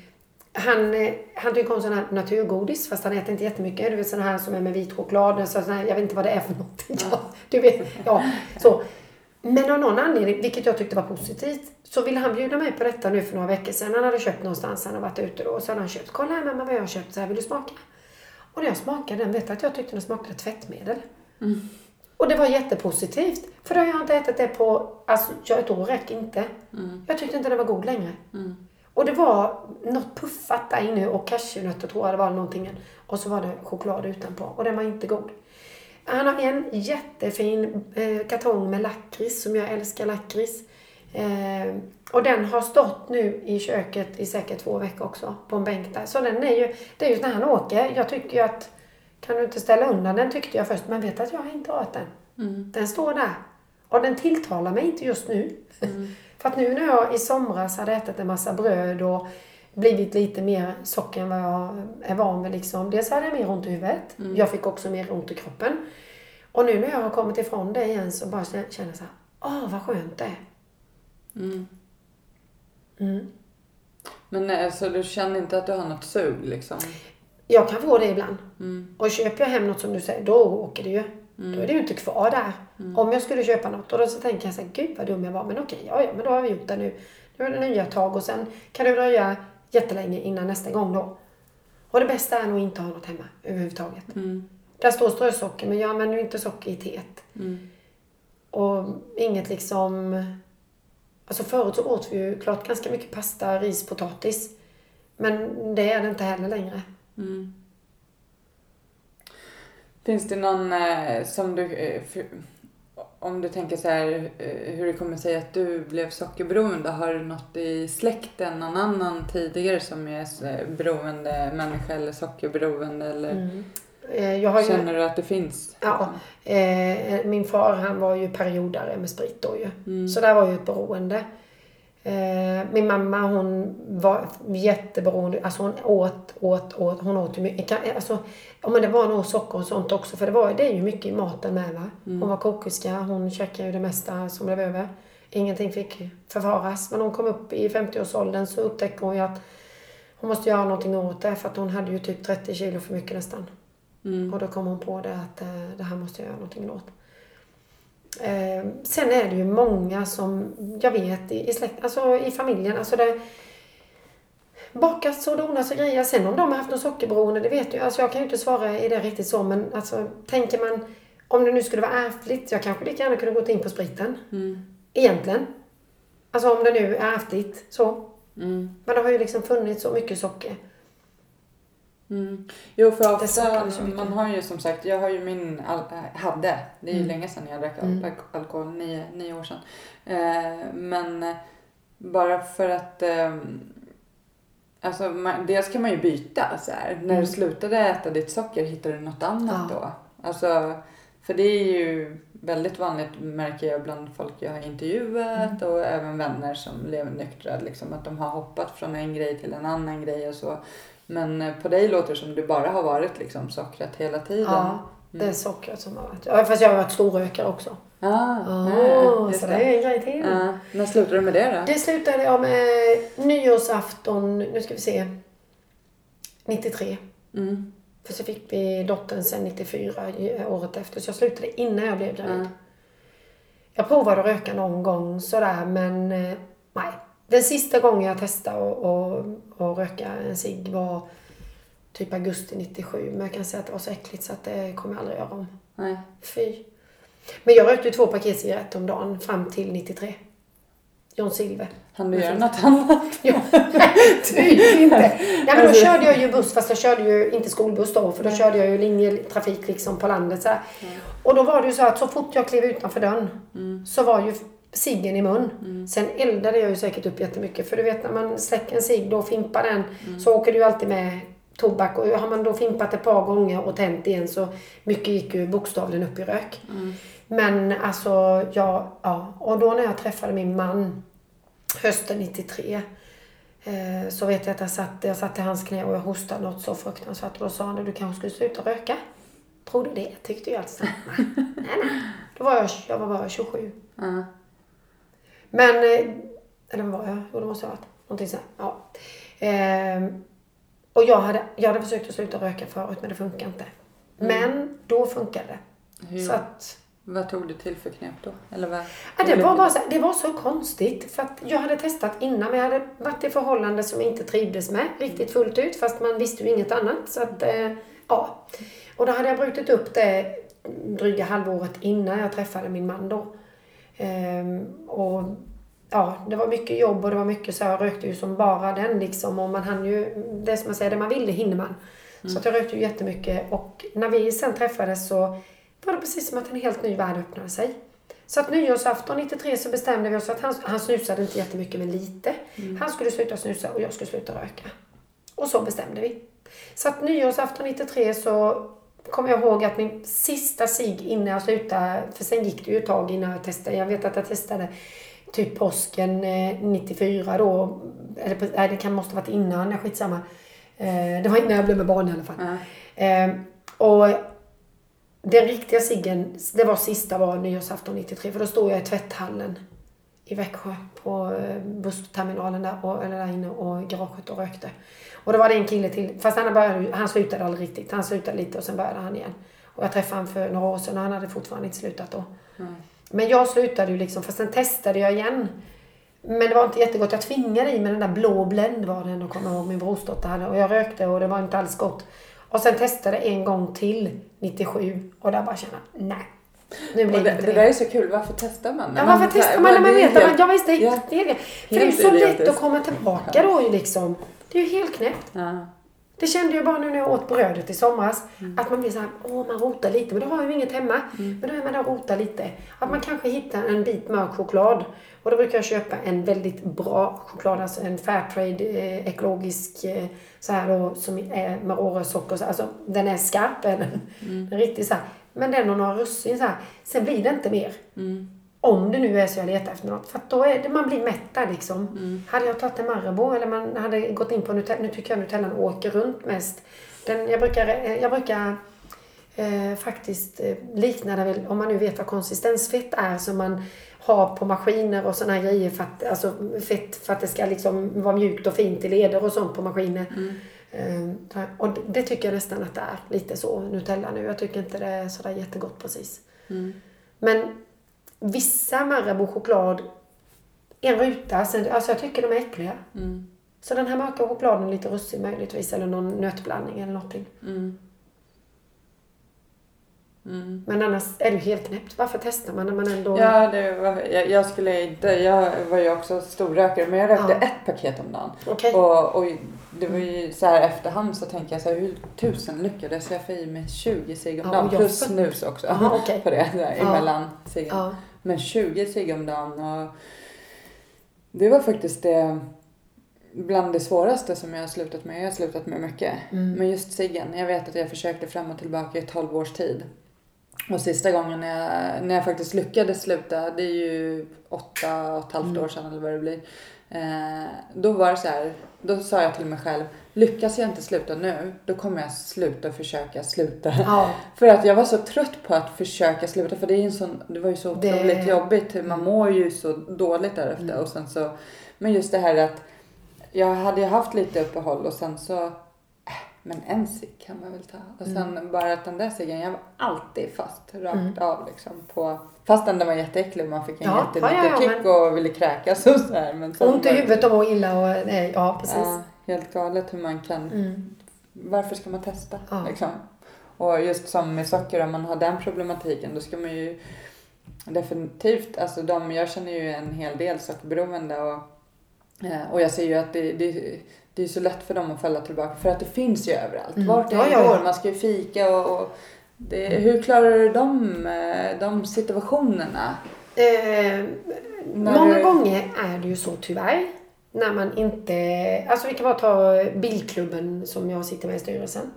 Han tycker om sån här naturgodis, fast han äter inte jättemycket. Du vet, sån här som är med vit choklad. Så här, jag vet inte vad det är för någonting. Ja, du vet, ja, så. Men av någon anledning, vilket jag tyckte var positivt, så ville han bjuda mig på detta nu för några veckor sedan. Han hade köpt någonstans, han hade varit ute då. Och så hade han köpt: kolla här mamma vad jag har köpt, så här, vill du smaka? Och när jag smakade den, vet jag att jag tyckte den smakade tvättmedel. Och det var jättepositivt. För då har jag inte ätit det på, alltså ett år räcker inte. Jag tyckte inte det var god längre. Och det var något puffat där inne, och cashewnötter tror jag det var någonting. Och så var det choklad utanpå, och den var inte god. Han har en jättefin kartong med lakrits, som jag älskar lakrits. Och den har stått nu i köket i säkert 2 veckor också, på en bänk där. Så den är ju, det är ju när han åker. Jag tycker ju att, kan du inte ställa undan den, tyckte jag först. Men vet att jag har inte åt den. Den står där. Och den tilltalar mig inte just nu. För att nu när jag i somras hade ätit en massa bröd och blivit lite mer socker än vad jag är van med liksom. Dels hade jag mer ont i huvudet. Jag fick också mer ont i kroppen. Och nu när jag har kommit ifrån det igen, så bara känner jag så här: vad skönt det är. Men alltså, du känner inte att du har något sug liksom? Jag kan få det ibland. Och köper jag hem något, som du säger, då åker det ju. Då är det ju inte kvar där. Om jag skulle köpa något. Och då så tänker jag så här: gud vad dum jag var. Men okej, ja, men då har vi gjort det nu. Nu är det nya tag, och sen kan det dröja jättelänge innan nästa gång då. Och det bästa är nog inte att ha något hemma överhuvudtaget. Där står strösocker, men jag använder ju inte socker i teet. Och inget liksom... Alltså förut så åt vi ju klart ganska mycket pasta, ris, potatis. Men det är det inte heller längre. Finns det någon som du... Om du tänker så här, hur det kommer sig att du blev sockerberoende, har du något i släkten, någon annan tidigare som är beroende människa eller sockerberoende, eller känner du att det finns? Ja, min far, han var ju periodare med sprit då ju. Så där var ju ett beroende. Min mamma, hon var jätteberoende. Alltså hon åt. Hon åt ju mycket. Alltså, men det var nog socker och sånt också. För det är ju mycket i maten med, va? Hon var kokerska. Hon käkade ju det mesta som blev över. Ingenting fick förvaras. Men hon kom upp i 50-årsåldern, så upptäckte hon ju att hon måste göra någonting åt det. För att hon hade ju typ 30 kilo för mycket nästan. Och då kom hon på det, att det här måste jag göra någonting åt. sen är det ju många som jag vet i släkt, alltså i familjen, alltså det bakas och donas och grejer. Sen om de har haft någon sockerberoende, det vet jag. Alltså jag kan ju inte svara i det riktigt så, men alltså tänker man, om det nu skulle vara ärftligt, jag kanske lika gärna kunde gått in på spriten. Egentligen. Alltså om det nu är ärftligt så. Men det har ju liksom funnits så mycket socker. Jo, för ofta, man har ju som sagt, jag har ju det är ju länge sedan jag drack alkohol, 9 år sedan. Men bara för att alltså, dels kan man ju byta så här. När du slutade äta ditt socker, hittar du något annat då? Alltså, för det är ju väldigt vanligt, märker jag bland folk jag har intervjuat och även vänner som lever nyktra, liksom, att de har hoppat från en grej till en annan grej och så. Men på dig låter det som du bara har varit liksom sockret hela tiden. Ja, det är sockret som har varit. Ja, fast jag har varit storrökare också. Så det är en grej till. När slutade du med det då? Det slutade jag med nyårsafton, nu ska vi se, 93. För så fick vi dottern sen 94, året efter. Så jag slutade innan jag blev gravid. Jag provade att röka någon gång sådär, men nej. Den sista gången jag testade och röka en cigg var typ augusti 97. Men jag kan säga att det var så äckligt så att det kommer jag aldrig göra om. Nej. Fy. Men jag rökte ju 2 paket cigaretter om dagen fram till 93. John Silver. Han du göra något annat? Ja, typ inte. Nej, men då körde jag ju buss, fast jag körde ju inte skolbuss då. För då körde jag ju linjetrafik liksom på landet så här. Och då var det ju så att så fort jag klev utanför dörren så var ju ciggen i mun. Sen eldade jag ju säkert upp jättemycket. För du vet, när man släcker en cigg, då fimpar den. Så åker du alltid med tobak. Och har man då fimpat ett par gånger och tänt igen, så mycket gick ju bokstavligen upp i rök. Men alltså, ja. Och då när jag träffade min man hösten 93, så vet jag att jag satt i hans knä och jag hostade något så fruktansvärt. Och då sa han, du kanske skulle sluta röka. Tror du det? Tyckte jag alltså. Nej. Då var jag var bara 27. Men, eller vad var jag? Jo, det måste jag ha varit. Någonting så här. Ja. Och jag hade försökt att sluta röka förut, men det funkar inte. Men då funkade det. Så att, vad tog du till för knep då? Eller vad? Det var så konstigt. För att jag hade testat innan, men jag hade varit i förhållande som jag inte trivdes med riktigt fullt ut. Fast man visste ju inget annat. Så att, ja. Och då hade jag brutit upp det dryga halvåret innan jag träffade min man då. Och ja, det var mycket jobb och det var mycket så jag rökte ju som bara den liksom. Och man hann ju, det som man säger, det man ville hinner man. Så att jag rökte ju jättemycket. Och när vi sen träffades så var det precis som att en helt ny värld öppnade sig. Så att nyårsafton 93 så bestämde vi oss att han snusade inte jättemycket, men lite. Han skulle sluta snusa och jag skulle sluta röka. Och så bestämde vi. Så att nyårsafton 93 så kommer jag ihåg att min sista cigg innan jag slutade, för sen gick det ju ett tag innan jag testade. Jag vet att jag testade typ påsken 94 då. Eller det måste ha varit innan, skitsamma. Det var innan jag blev med barn i alla fall. Och den riktiga ciggen, det var nyårsafton 93. För då stod jag i tvätthallen i Växjö på bussterminalen där inne och garaget och rökte. Och då var det en kille till, fast han slutade aldrig riktigt. Han slutade lite och sen började han igen. Och jag träffade honom för några år sedan och han hade fortfarande inte slutat då. Men jag slutade ju liksom, fast sen testade jag igen. Men det var inte jättegott. Jag tvingade i med den där blå Blend var det ändå, kommer ihåg min brorsdotter hade. Och jag rökte och det var inte alls gott. Och sen testade en gång till 97 och där bara kände nej. Nu blir det där är så kul. Varför testar man? Ja, varför testar man när man vet att jag visste inte det? För det är ju så lätt att komma tillbaka då ju liksom. Det är ju helt knäppt. Det kände jag bara nu när jag åt brödet i somras. Att man blir så här, man rotar lite. Men då har jag ju inget hemma. Men då är man där och rotar lite. Att man kanske hittar en bit mörk choklad. Och då brukar jag köpa en väldigt bra choklad. Alltså en Fairtrade ekologisk så här då, som är med rårörssocker. Alltså den är skarp. Den är riktigt så här. Men den och några russin så här. Sen blir det inte mer. Om det nu är så jag letar efter något. För att då är det, man blir mättad liksom. Hade jag tagit en Marabou eller man hade gått in på Nutella. Nu tycker jag Nutellan åker runt mest. Jag brukar faktiskt likna det väl, om man nu vet vad konsistensfett är som man har på maskiner och såna här grejer för att, alltså fett för att det ska liksom vara mjukt och fint i leder och sånt på maskiner. Och det tycker jag nästan att det är lite så Nutella nu. Jag tycker inte det är sådär jättegott precis. Men vissa Marabou-choklad, en ruta, alltså jag tycker de är äckliga. Så den här mörka chokladen är lite russin möjligtvis, eller någon nötblandning eller någonting. Men annars är det helt knäppt. Varför testar man när man ändå... Ja, jag skulle inte... Jag var ju också storrökare, men jag rökte ett paket om dagen. Okay. Och det var ju så här efterhand så tänker jag så här, hur tusen lyckades jag få i mig 20 cigg om dagen. Plus snus också. På det där, emellan ciggen. Men 20 cigg om dagen. Och det var faktiskt det... Bland det svåraste som jag har slutat med. Jag har slutat med mycket. Men just ciggen. Jag vet att jag försökte fram och tillbaka i 12 års tid. Och sista gången när jag faktiskt lyckades sluta. Det är ju 8,5 år sedan eller vad det blir. Då var det så här. Då sa jag till mig själv. Lyckas jag inte sluta nu. Då kommer jag försöka sluta. För att jag var så trött på att försöka sluta. För det var ju så otroligt jobbigt. Man mår ju så dåligt därefter. Och sen så. Men just det här att. Jag hade ju haft lite uppehåll och sen så, men en cigg kan man väl ta. Och sen bara att den där ciggen, jag var alltid fast rakt av liksom på, fastän den var jätteäcklig och man fick en jättemycket kick och ville kräkas och så här. Men ont i huvudet och må illa och precis. Ja, helt galet hur man kan, varför ska man testa liksom. Och just som med socker, om man har den problematiken, då ska man ju definitivt, alltså jag känner ju en hel del sockerberoende och jag ser ju att det är så lätt för dem att falla tillbaka. För att det finns ju överallt. Vart det går. Man ska ju fika och hur klarar du de situationerna? Många gånger är det ju så tyvärr. När man inte... Alltså vi kan bara ta bilklubben som jag sitter med i styrelsen.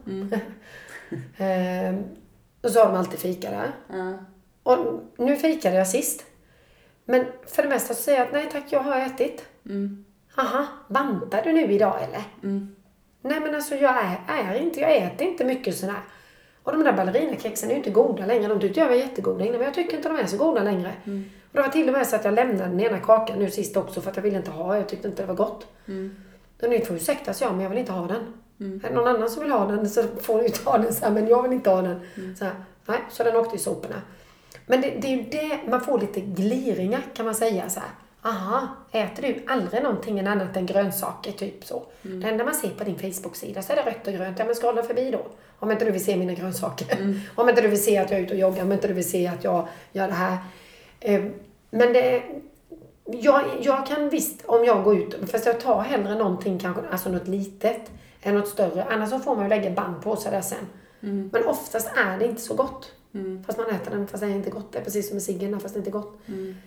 Och så har de alltid fika där. Och nu fikade jag sist. Men för det mesta så säger jag att nej tack, jag har ätit. Aha, bantar du nu idag eller? Nej men alltså jag äter inte mycket sån här. Och de där ballerinakexen är ju inte goda längre. De tyckte jag var jättegoda innan, men jag tycker inte de är så goda längre. Och det var till och med så att jag lämnade den ena kakan nu sist också för att jag ville inte ha. Jag tyckte inte det var gott. Den är för ursäktas jag, men jag vill inte ha den. Är det någon annan som vill ha den så får du ta den så här, men jag vill inte ha den. Så här, nej, så den åkte i soporna. Men det är ju det, man får lite gliringar kan man säga så här. Aha, äter du aldrig någonting annat än grönsaker typ så? Det enda man ser på din Facebook-sida så är det rött och grönt. Ja men scrolla förbi då. Om inte du vill se mina grönsaker. Om inte du vill se att jag är ute och joggar. Om inte du vill se att jag gör det här. Men jag kan visst om jag går ut. Fast jag tar hellre någonting kanske. Alltså något litet. Än något större. Annars så får man ju lägga band på sig där sen. Men oftast är det inte så gott. Fast man äter den fast det är inte gott. Det är precis som med ciggen fast det är inte gott.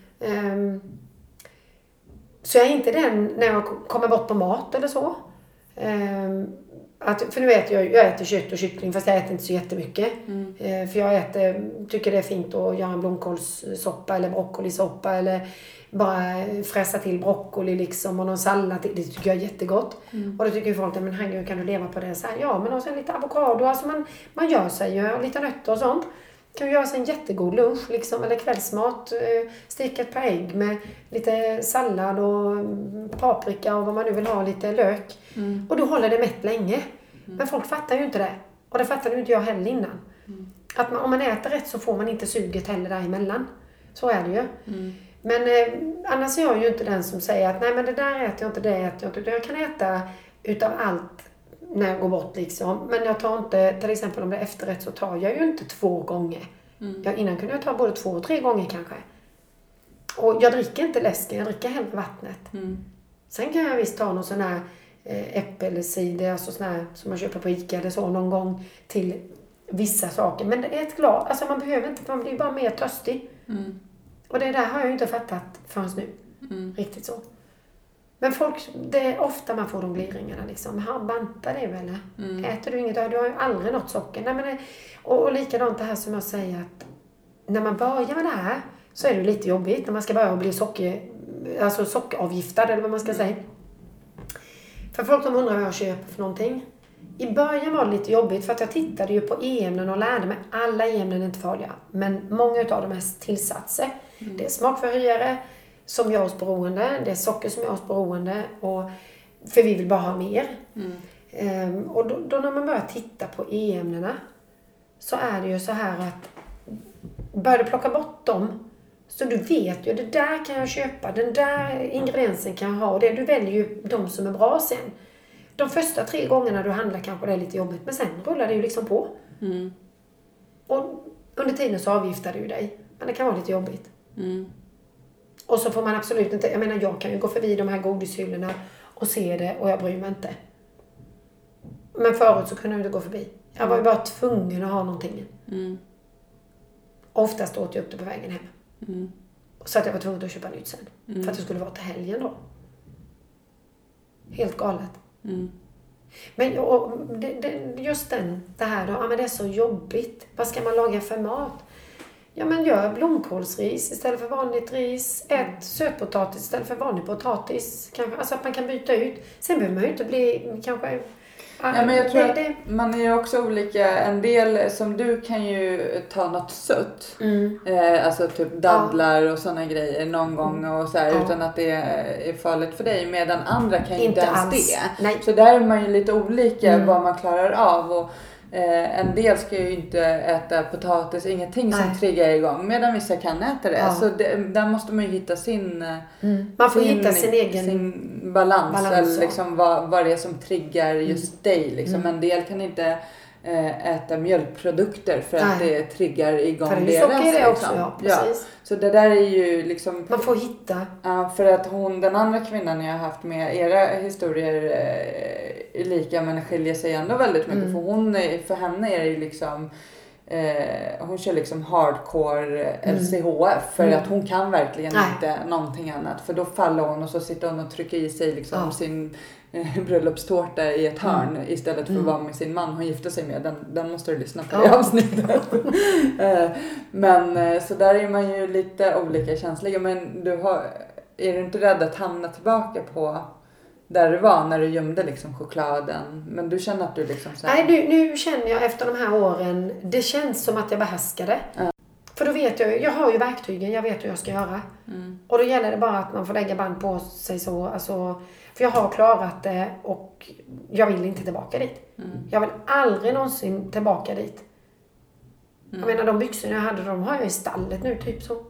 Så jag är inte den när jag kommer bort på mat eller så. För nu vet jag äter kött och kyckling fast jag äter inte så jättemycket. För jag tycker det är fint att göra en blomkålssoppa eller broccolisoppa eller bara fräsa till broccoli liksom och någon sallad. Det tycker jag är jättegott. Och då tycker ju folk, men herregud kan du leva på det? Så här, ja, men också lite avokado. Alltså man gör sig ju lite nötter och sånt. Kan göra sig en jättegod lunch liksom, eller kvällsmat. Steka ett par ägg med lite sallad och paprika och vad man nu vill ha, lite lök. Och då håller det mätt länge. Men folk fattar ju inte det. Och det fattade ju inte jag heller innan. Att om man äter rätt så får man inte suget heller däremellan. Så är det ju. Men annars är jag ju inte den som säger att nej men det där äter jag inte, det äter jag inte. Jag kan äta utav allt när jag går bort liksom. Men jag tar inte, till exempel om det är efterrätt så tar jag ju inte 2 gånger. Innan kunde jag ta både 2 och 3 gånger kanske. Och jag dricker inte läsken, jag dricker hellre vattnet. Sen kan jag visst ta någon sån här äppelcider, alltså sån här som man köper på Ica eller så någon gång till vissa saker. Men det är ett glas, alltså man behöver inte, man blir bara mer törstig. Och det där har jag ju inte fattat förrän nu. Riktigt så. Men folk, det är ofta man får de gliringarna liksom. Han bantar det väl? Äter du inget? Du har ju aldrig något socker. Nej, men och likadant det här som jag säger att när man börjar med det här så är det lite jobbigt. När man ska börja bli sockeravgiftad eller vad man ska säga. För folk som undrar vad jag köper för någonting. I början var det lite jobbigt för att jag tittade ju på e-ämnen och lärde mig. Alla e-ämnen är inte farliga. Men många av dem är tillsatser. Det är smakförhöjare som gör oss beroende. Det är socker som gör oss beroende. För vi vill bara ha mer. Och då när man börjar titta på e-ämnena så är det ju så här att börjar du plocka bort dem Så du vet ju, det där kan jag köpa, den där ingrediensen kan jag ha. Och det, du väljer ju de som är bra sen. De första 3 gångerna du handlar kanske det är lite jobbigt, men sen rullar det ju liksom på. Och under tiden så avgiftar du ju dig. Men det kan vara lite jobbigt. Och så får man absolut inte, jag menar jag kan ju gå förbi de här godishyllorna och se det och jag bryr mig inte. Men förut så kunde jag inte gå förbi. Jag var ju bara tvungen att ha någonting. Oftast åt jag upp det på vägen hem. Så att jag var tvungen att köpa nytt sen. För att det skulle vara till helgen då. Helt galet. Men just det här då, men det är så jobbigt. Vad ska man laga för mat? Ja, men gör blomkålsris istället för vanligt ris. Ät sötpotatis istället för vanlig potatis. Kanske, alltså att man kan byta ut. Sen behöver man ju inte bli kanske... Ja, men jag tror att man är ju också olika. En del som du kan ju ta något sött. Alltså typ dadlar och sådana grejer någon gång och så här, utan att det är farligt för dig. Medan andra kan ju inte ens alls det. Nej. Så där är man ju lite olika vad man klarar av. Och en del ska ju inte äta potatis, ingenting som triggar igång. Medan vissa kan äta det. Så där måste man ju hitta sin... Man får hitta sin egen... Sin balans eller liksom vad det är som triggar just dig. Liksom. En del kan inte äta mjölkprodukter för att det triggar igång för deras. För det är också, ja, precis. Så det där är ju liksom... Man får hitta. För att den andra kvinnan jag har haft med, era historier är lika men skiljer sig ändå väldigt mycket. För henne är det ju liksom... hon kör liksom hardcore LCHF för att hon kan verkligen inte någonting annat. För då faller hon och så sitter hon och trycker i sig liksom sin bröllopstårta i ett hörn istället för att vara med sin man hon gifte sig med. Den måste du lyssna på i avsnittet. Men så där är man ju lite olika känsliga. Men är du inte rädd att hamna tillbaka på där du var när du gömde liksom chokladen? Men du känner att du liksom... Nej, nu känner jag efter de här åren, det känns som att jag behärskade. För då vet jag har ju verktygen, jag vet hur jag ska göra. Och då gäller det bara att man får lägga band på sig så. Alltså, för jag har klarat det och jag vill inte tillbaka dit. Jag vill aldrig någonsin tillbaka dit. Jag menar, de byxorna jag hade, de har jag i stallet nu, typ så.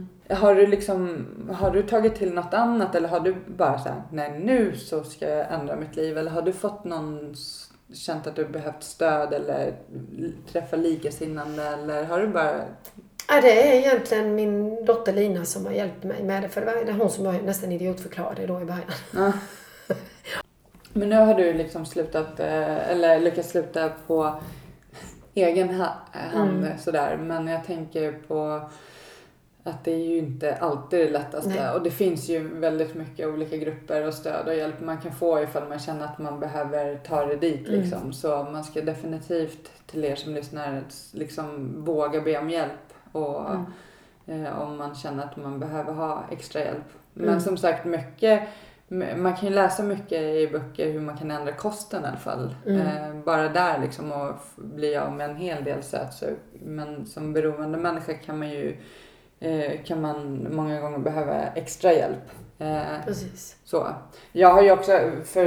Har du tagit till något annat eller har du bara sagt nej nu så ska jag ändra mitt liv, eller har du fått känt att du behövt stöd eller träffa likasinnande, eller har du bara... Ja, det är egentligen min dotter Lina som har hjälpt mig med det, för det är hon som jag nästan idiotförklarade då i början. Men nu har du liksom slutat eller lyckats sluta på egen hand sådär, men jag tänker på att det är ju inte alltid det lättaste. Nej. Och det finns ju väldigt mycket olika grupper och stöd och hjälp man kan få ifall man känner att man behöver ta det dit liksom. Så man ska definitivt till er som lyssnar liksom våga be om hjälp och om man känner att man behöver ha extra hjälp. Men som sagt, man kan ju läsa mycket i böcker hur man kan ändra kosten i alla fall. Bara där liksom, och bli av med en hel del sötsug. Men som beroende människa kan man många gånger behöva extra hjälp. Precis. Så. Jag har ju också,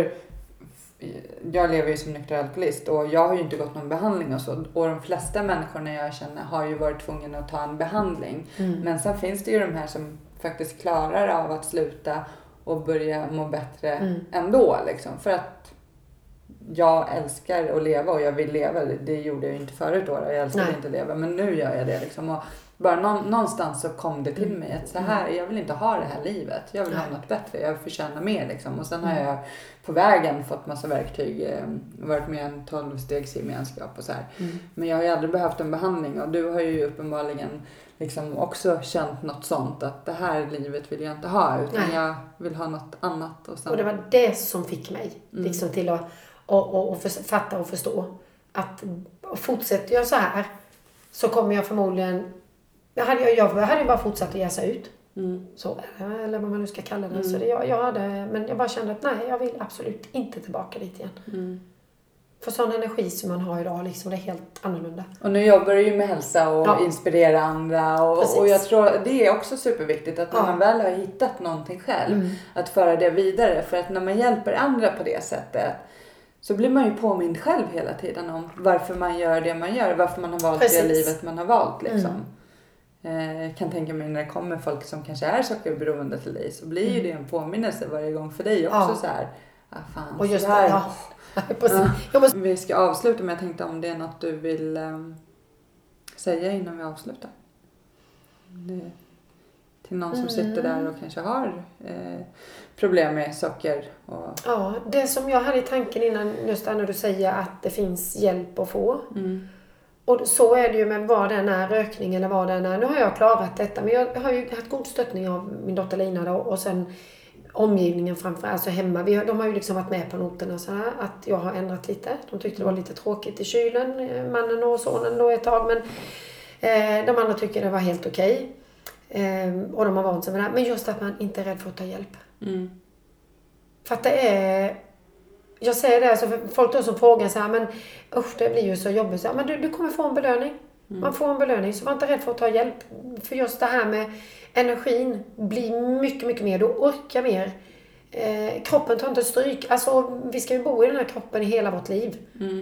jag lever ju som nykter alkoholist och jag har ju inte gått någon behandling och så. Och de flesta människorna jag känner har ju varit tvungna att ta en behandling. Men sen finns det ju de här som faktiskt klarar av att sluta och börja må bättre ändå liksom. För att jag älskar att leva och jag vill leva. Det gjorde jag ju inte förut då. Jag älskade inte att leva, men nu gör jag det liksom. Och bara någonstans så kom det till mig att så här, jag vill inte ha det här livet. Jag vill ha något bättre. Jag förtjänar mer liksom. Och sen har jag på vägen fått massa verktyg. Varit med i en 12-stegsgemenskap och så här. Men jag har ju aldrig behövt en behandling. Och du har ju uppenbarligen liksom också känt något sånt. Att det här livet vill jag inte ha. Utan jag vill ha något annat. Och det var det som fick mig liksom till att och fatta och förstå. Att fortsätter jag så här så kommer jag förmodligen... Jag hade ju bara fortsatt att jäsa ut. Så, eller vad man nu ska kalla det. Så men jag bara kände att nej, jag vill absolut inte tillbaka dit igen. För sån energi som man har idag, liksom, det är helt annorlunda. Och nu jobbar du ju med hälsa och inspirera andra. Och jag tror det är också superviktigt att när man väl har hittat någonting själv, att föra det vidare. För att när man hjälper andra på det sättet, så blir man ju påmind själv hela tiden om varför man gör det man gör. Varför man har valt det livet man har valt liksom. kan tänka mig när det kommer folk som kanske är sockerberoende till dig, så blir ju det en påminnelse varje gång för dig också så här. Fan, och just det, Vi ska avsluta, men jag tänkte om det är något du vill säga innan vi avslutar. Till någon som sitter där och kanske har problem med socker. Ja, det som jag hade i tanken innan, just när du säger att det finns hjälp att få. Och så är det ju med vad den är, rökning eller vad den är. Nu har jag klarat detta, men jag har ju haft god stöttning av min dotter Lina då, och sen omgivningen framförallt, alltså hemma. De har ju liksom varit med på noterna så här, att jag har ändrat lite. De tyckte det var lite tråkigt i kylen, mannen och sonen då ett tag, men de andra tycker det var helt okej. Och de har vant sig med det här. Men just att man inte är rädd för att ta hjälp. För att det är... Jag säger det, alltså folk då som frågar så här, men usch, det blir ju så jobbigt. Så här, men du kommer få en belöning. Man får en belöning, så var inte rädd för att ta hjälp. För just det här med energin blir mycket, mycket mer. Du orkar mer. Kroppen tar inte stryk. Alltså, vi ska ju bo i den här kroppen i hela vårt liv.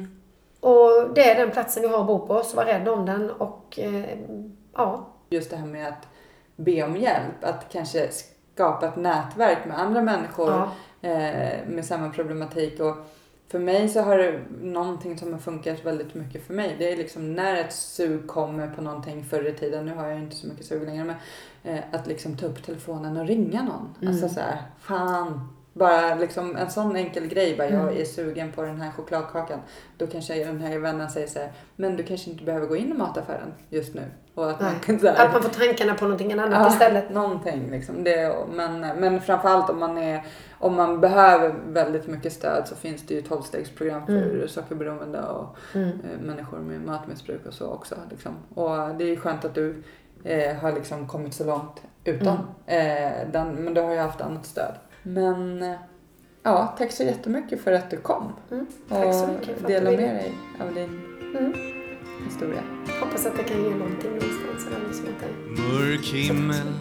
Och det är den platsen vi har att bo på, så var rädd om den. Och ja. Just det här med att be om hjälp. Att kanske skapa ett nätverk med andra människor med samma problematik. Och för mig så har det någonting som har funkat väldigt mycket för mig. Det är liksom när ett sug kommer på någonting förr i tiden. Nu har jag inte så mycket sug längre. Men att liksom ta upp telefonen och ringa någon. Alltså så här, fan. Bara liksom en sån enkel grej. Bara jag är sugen på den här chokladkakan. Då kanske den här vännen säger så här, men du kanske inte behöver gå in i mataffären just nu. Och att man kan, så här, att man får tankarna på någonting annat istället. Någonting liksom. Men framförallt om man behöver väldigt mycket stöd, så finns det ju 12-stegsprogram för sockerberoende och människor med matmissbruk och så också. Liksom. Och det är skönt att du har liksom kommit så långt utan men du har ju haft annat stöd. Men ja, tack så jättemycket för att du kom. Tack så mycket för och delade med dig av din historia. Hoppas att det kan ge någonting någonstans. Mörk himmel,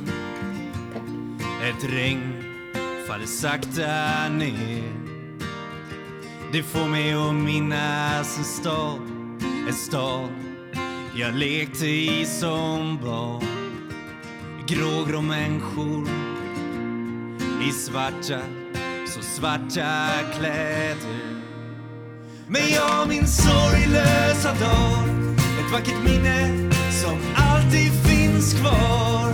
ett regn faller sakta ner. Det får mig att minnas en stad jag lekte i som barn. Grågrå människor i så svarta kläder. Men jag min sorglösa dag, ett vackert minne som alltid finns kvar.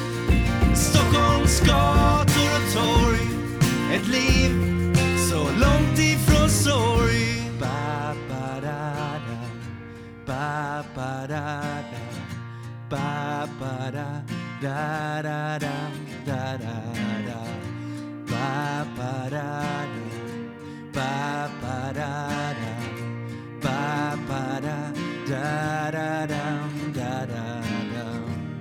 Stockholms gator och torg, ett liv så långt ifrån sorg. Ba ba da da, ba ba da da, ba ba da da da da da da. Ba ba da da, ba ba da da, ba ba da da da da da da.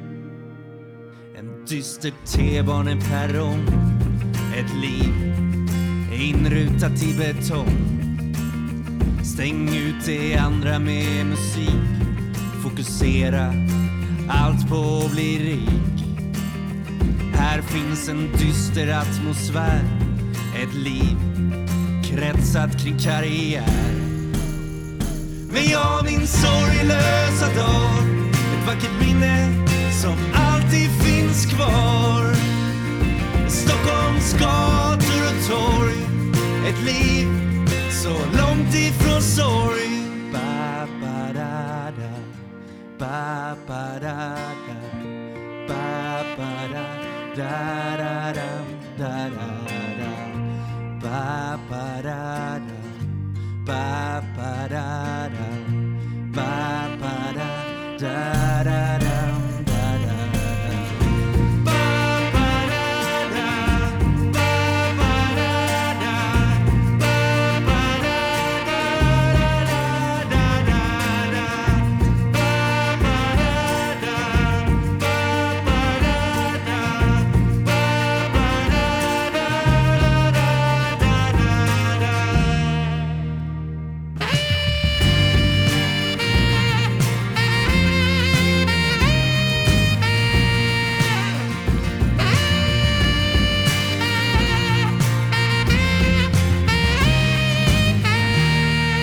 En dyster T-baneperrong, ett liv inrutat i betong. Stäng ut det andra med musik, fokusera allt på att bli rik. Här finns en dyster atmosfär, ett liv kretsat kring karriär. Men jag min sorglösa dag, ett vackert minne som alltid finns kvar. Stockholms gator och torg, ett liv så långt ifrån sorg. Ba ba da da, ba ba da da, ba ba da da da da da. Ba ba da da, ba ba da da, ba ba da da da da.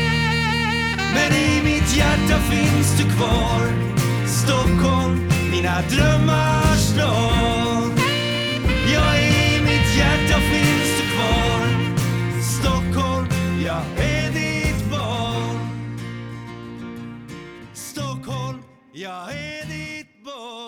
Finns du kvar, Stockholm, mina alla drömmars stad. Ja, i mitt hjärta finns du kvar. Stockholm, jag är ditt barn. Stockholm, jag är ditt barn.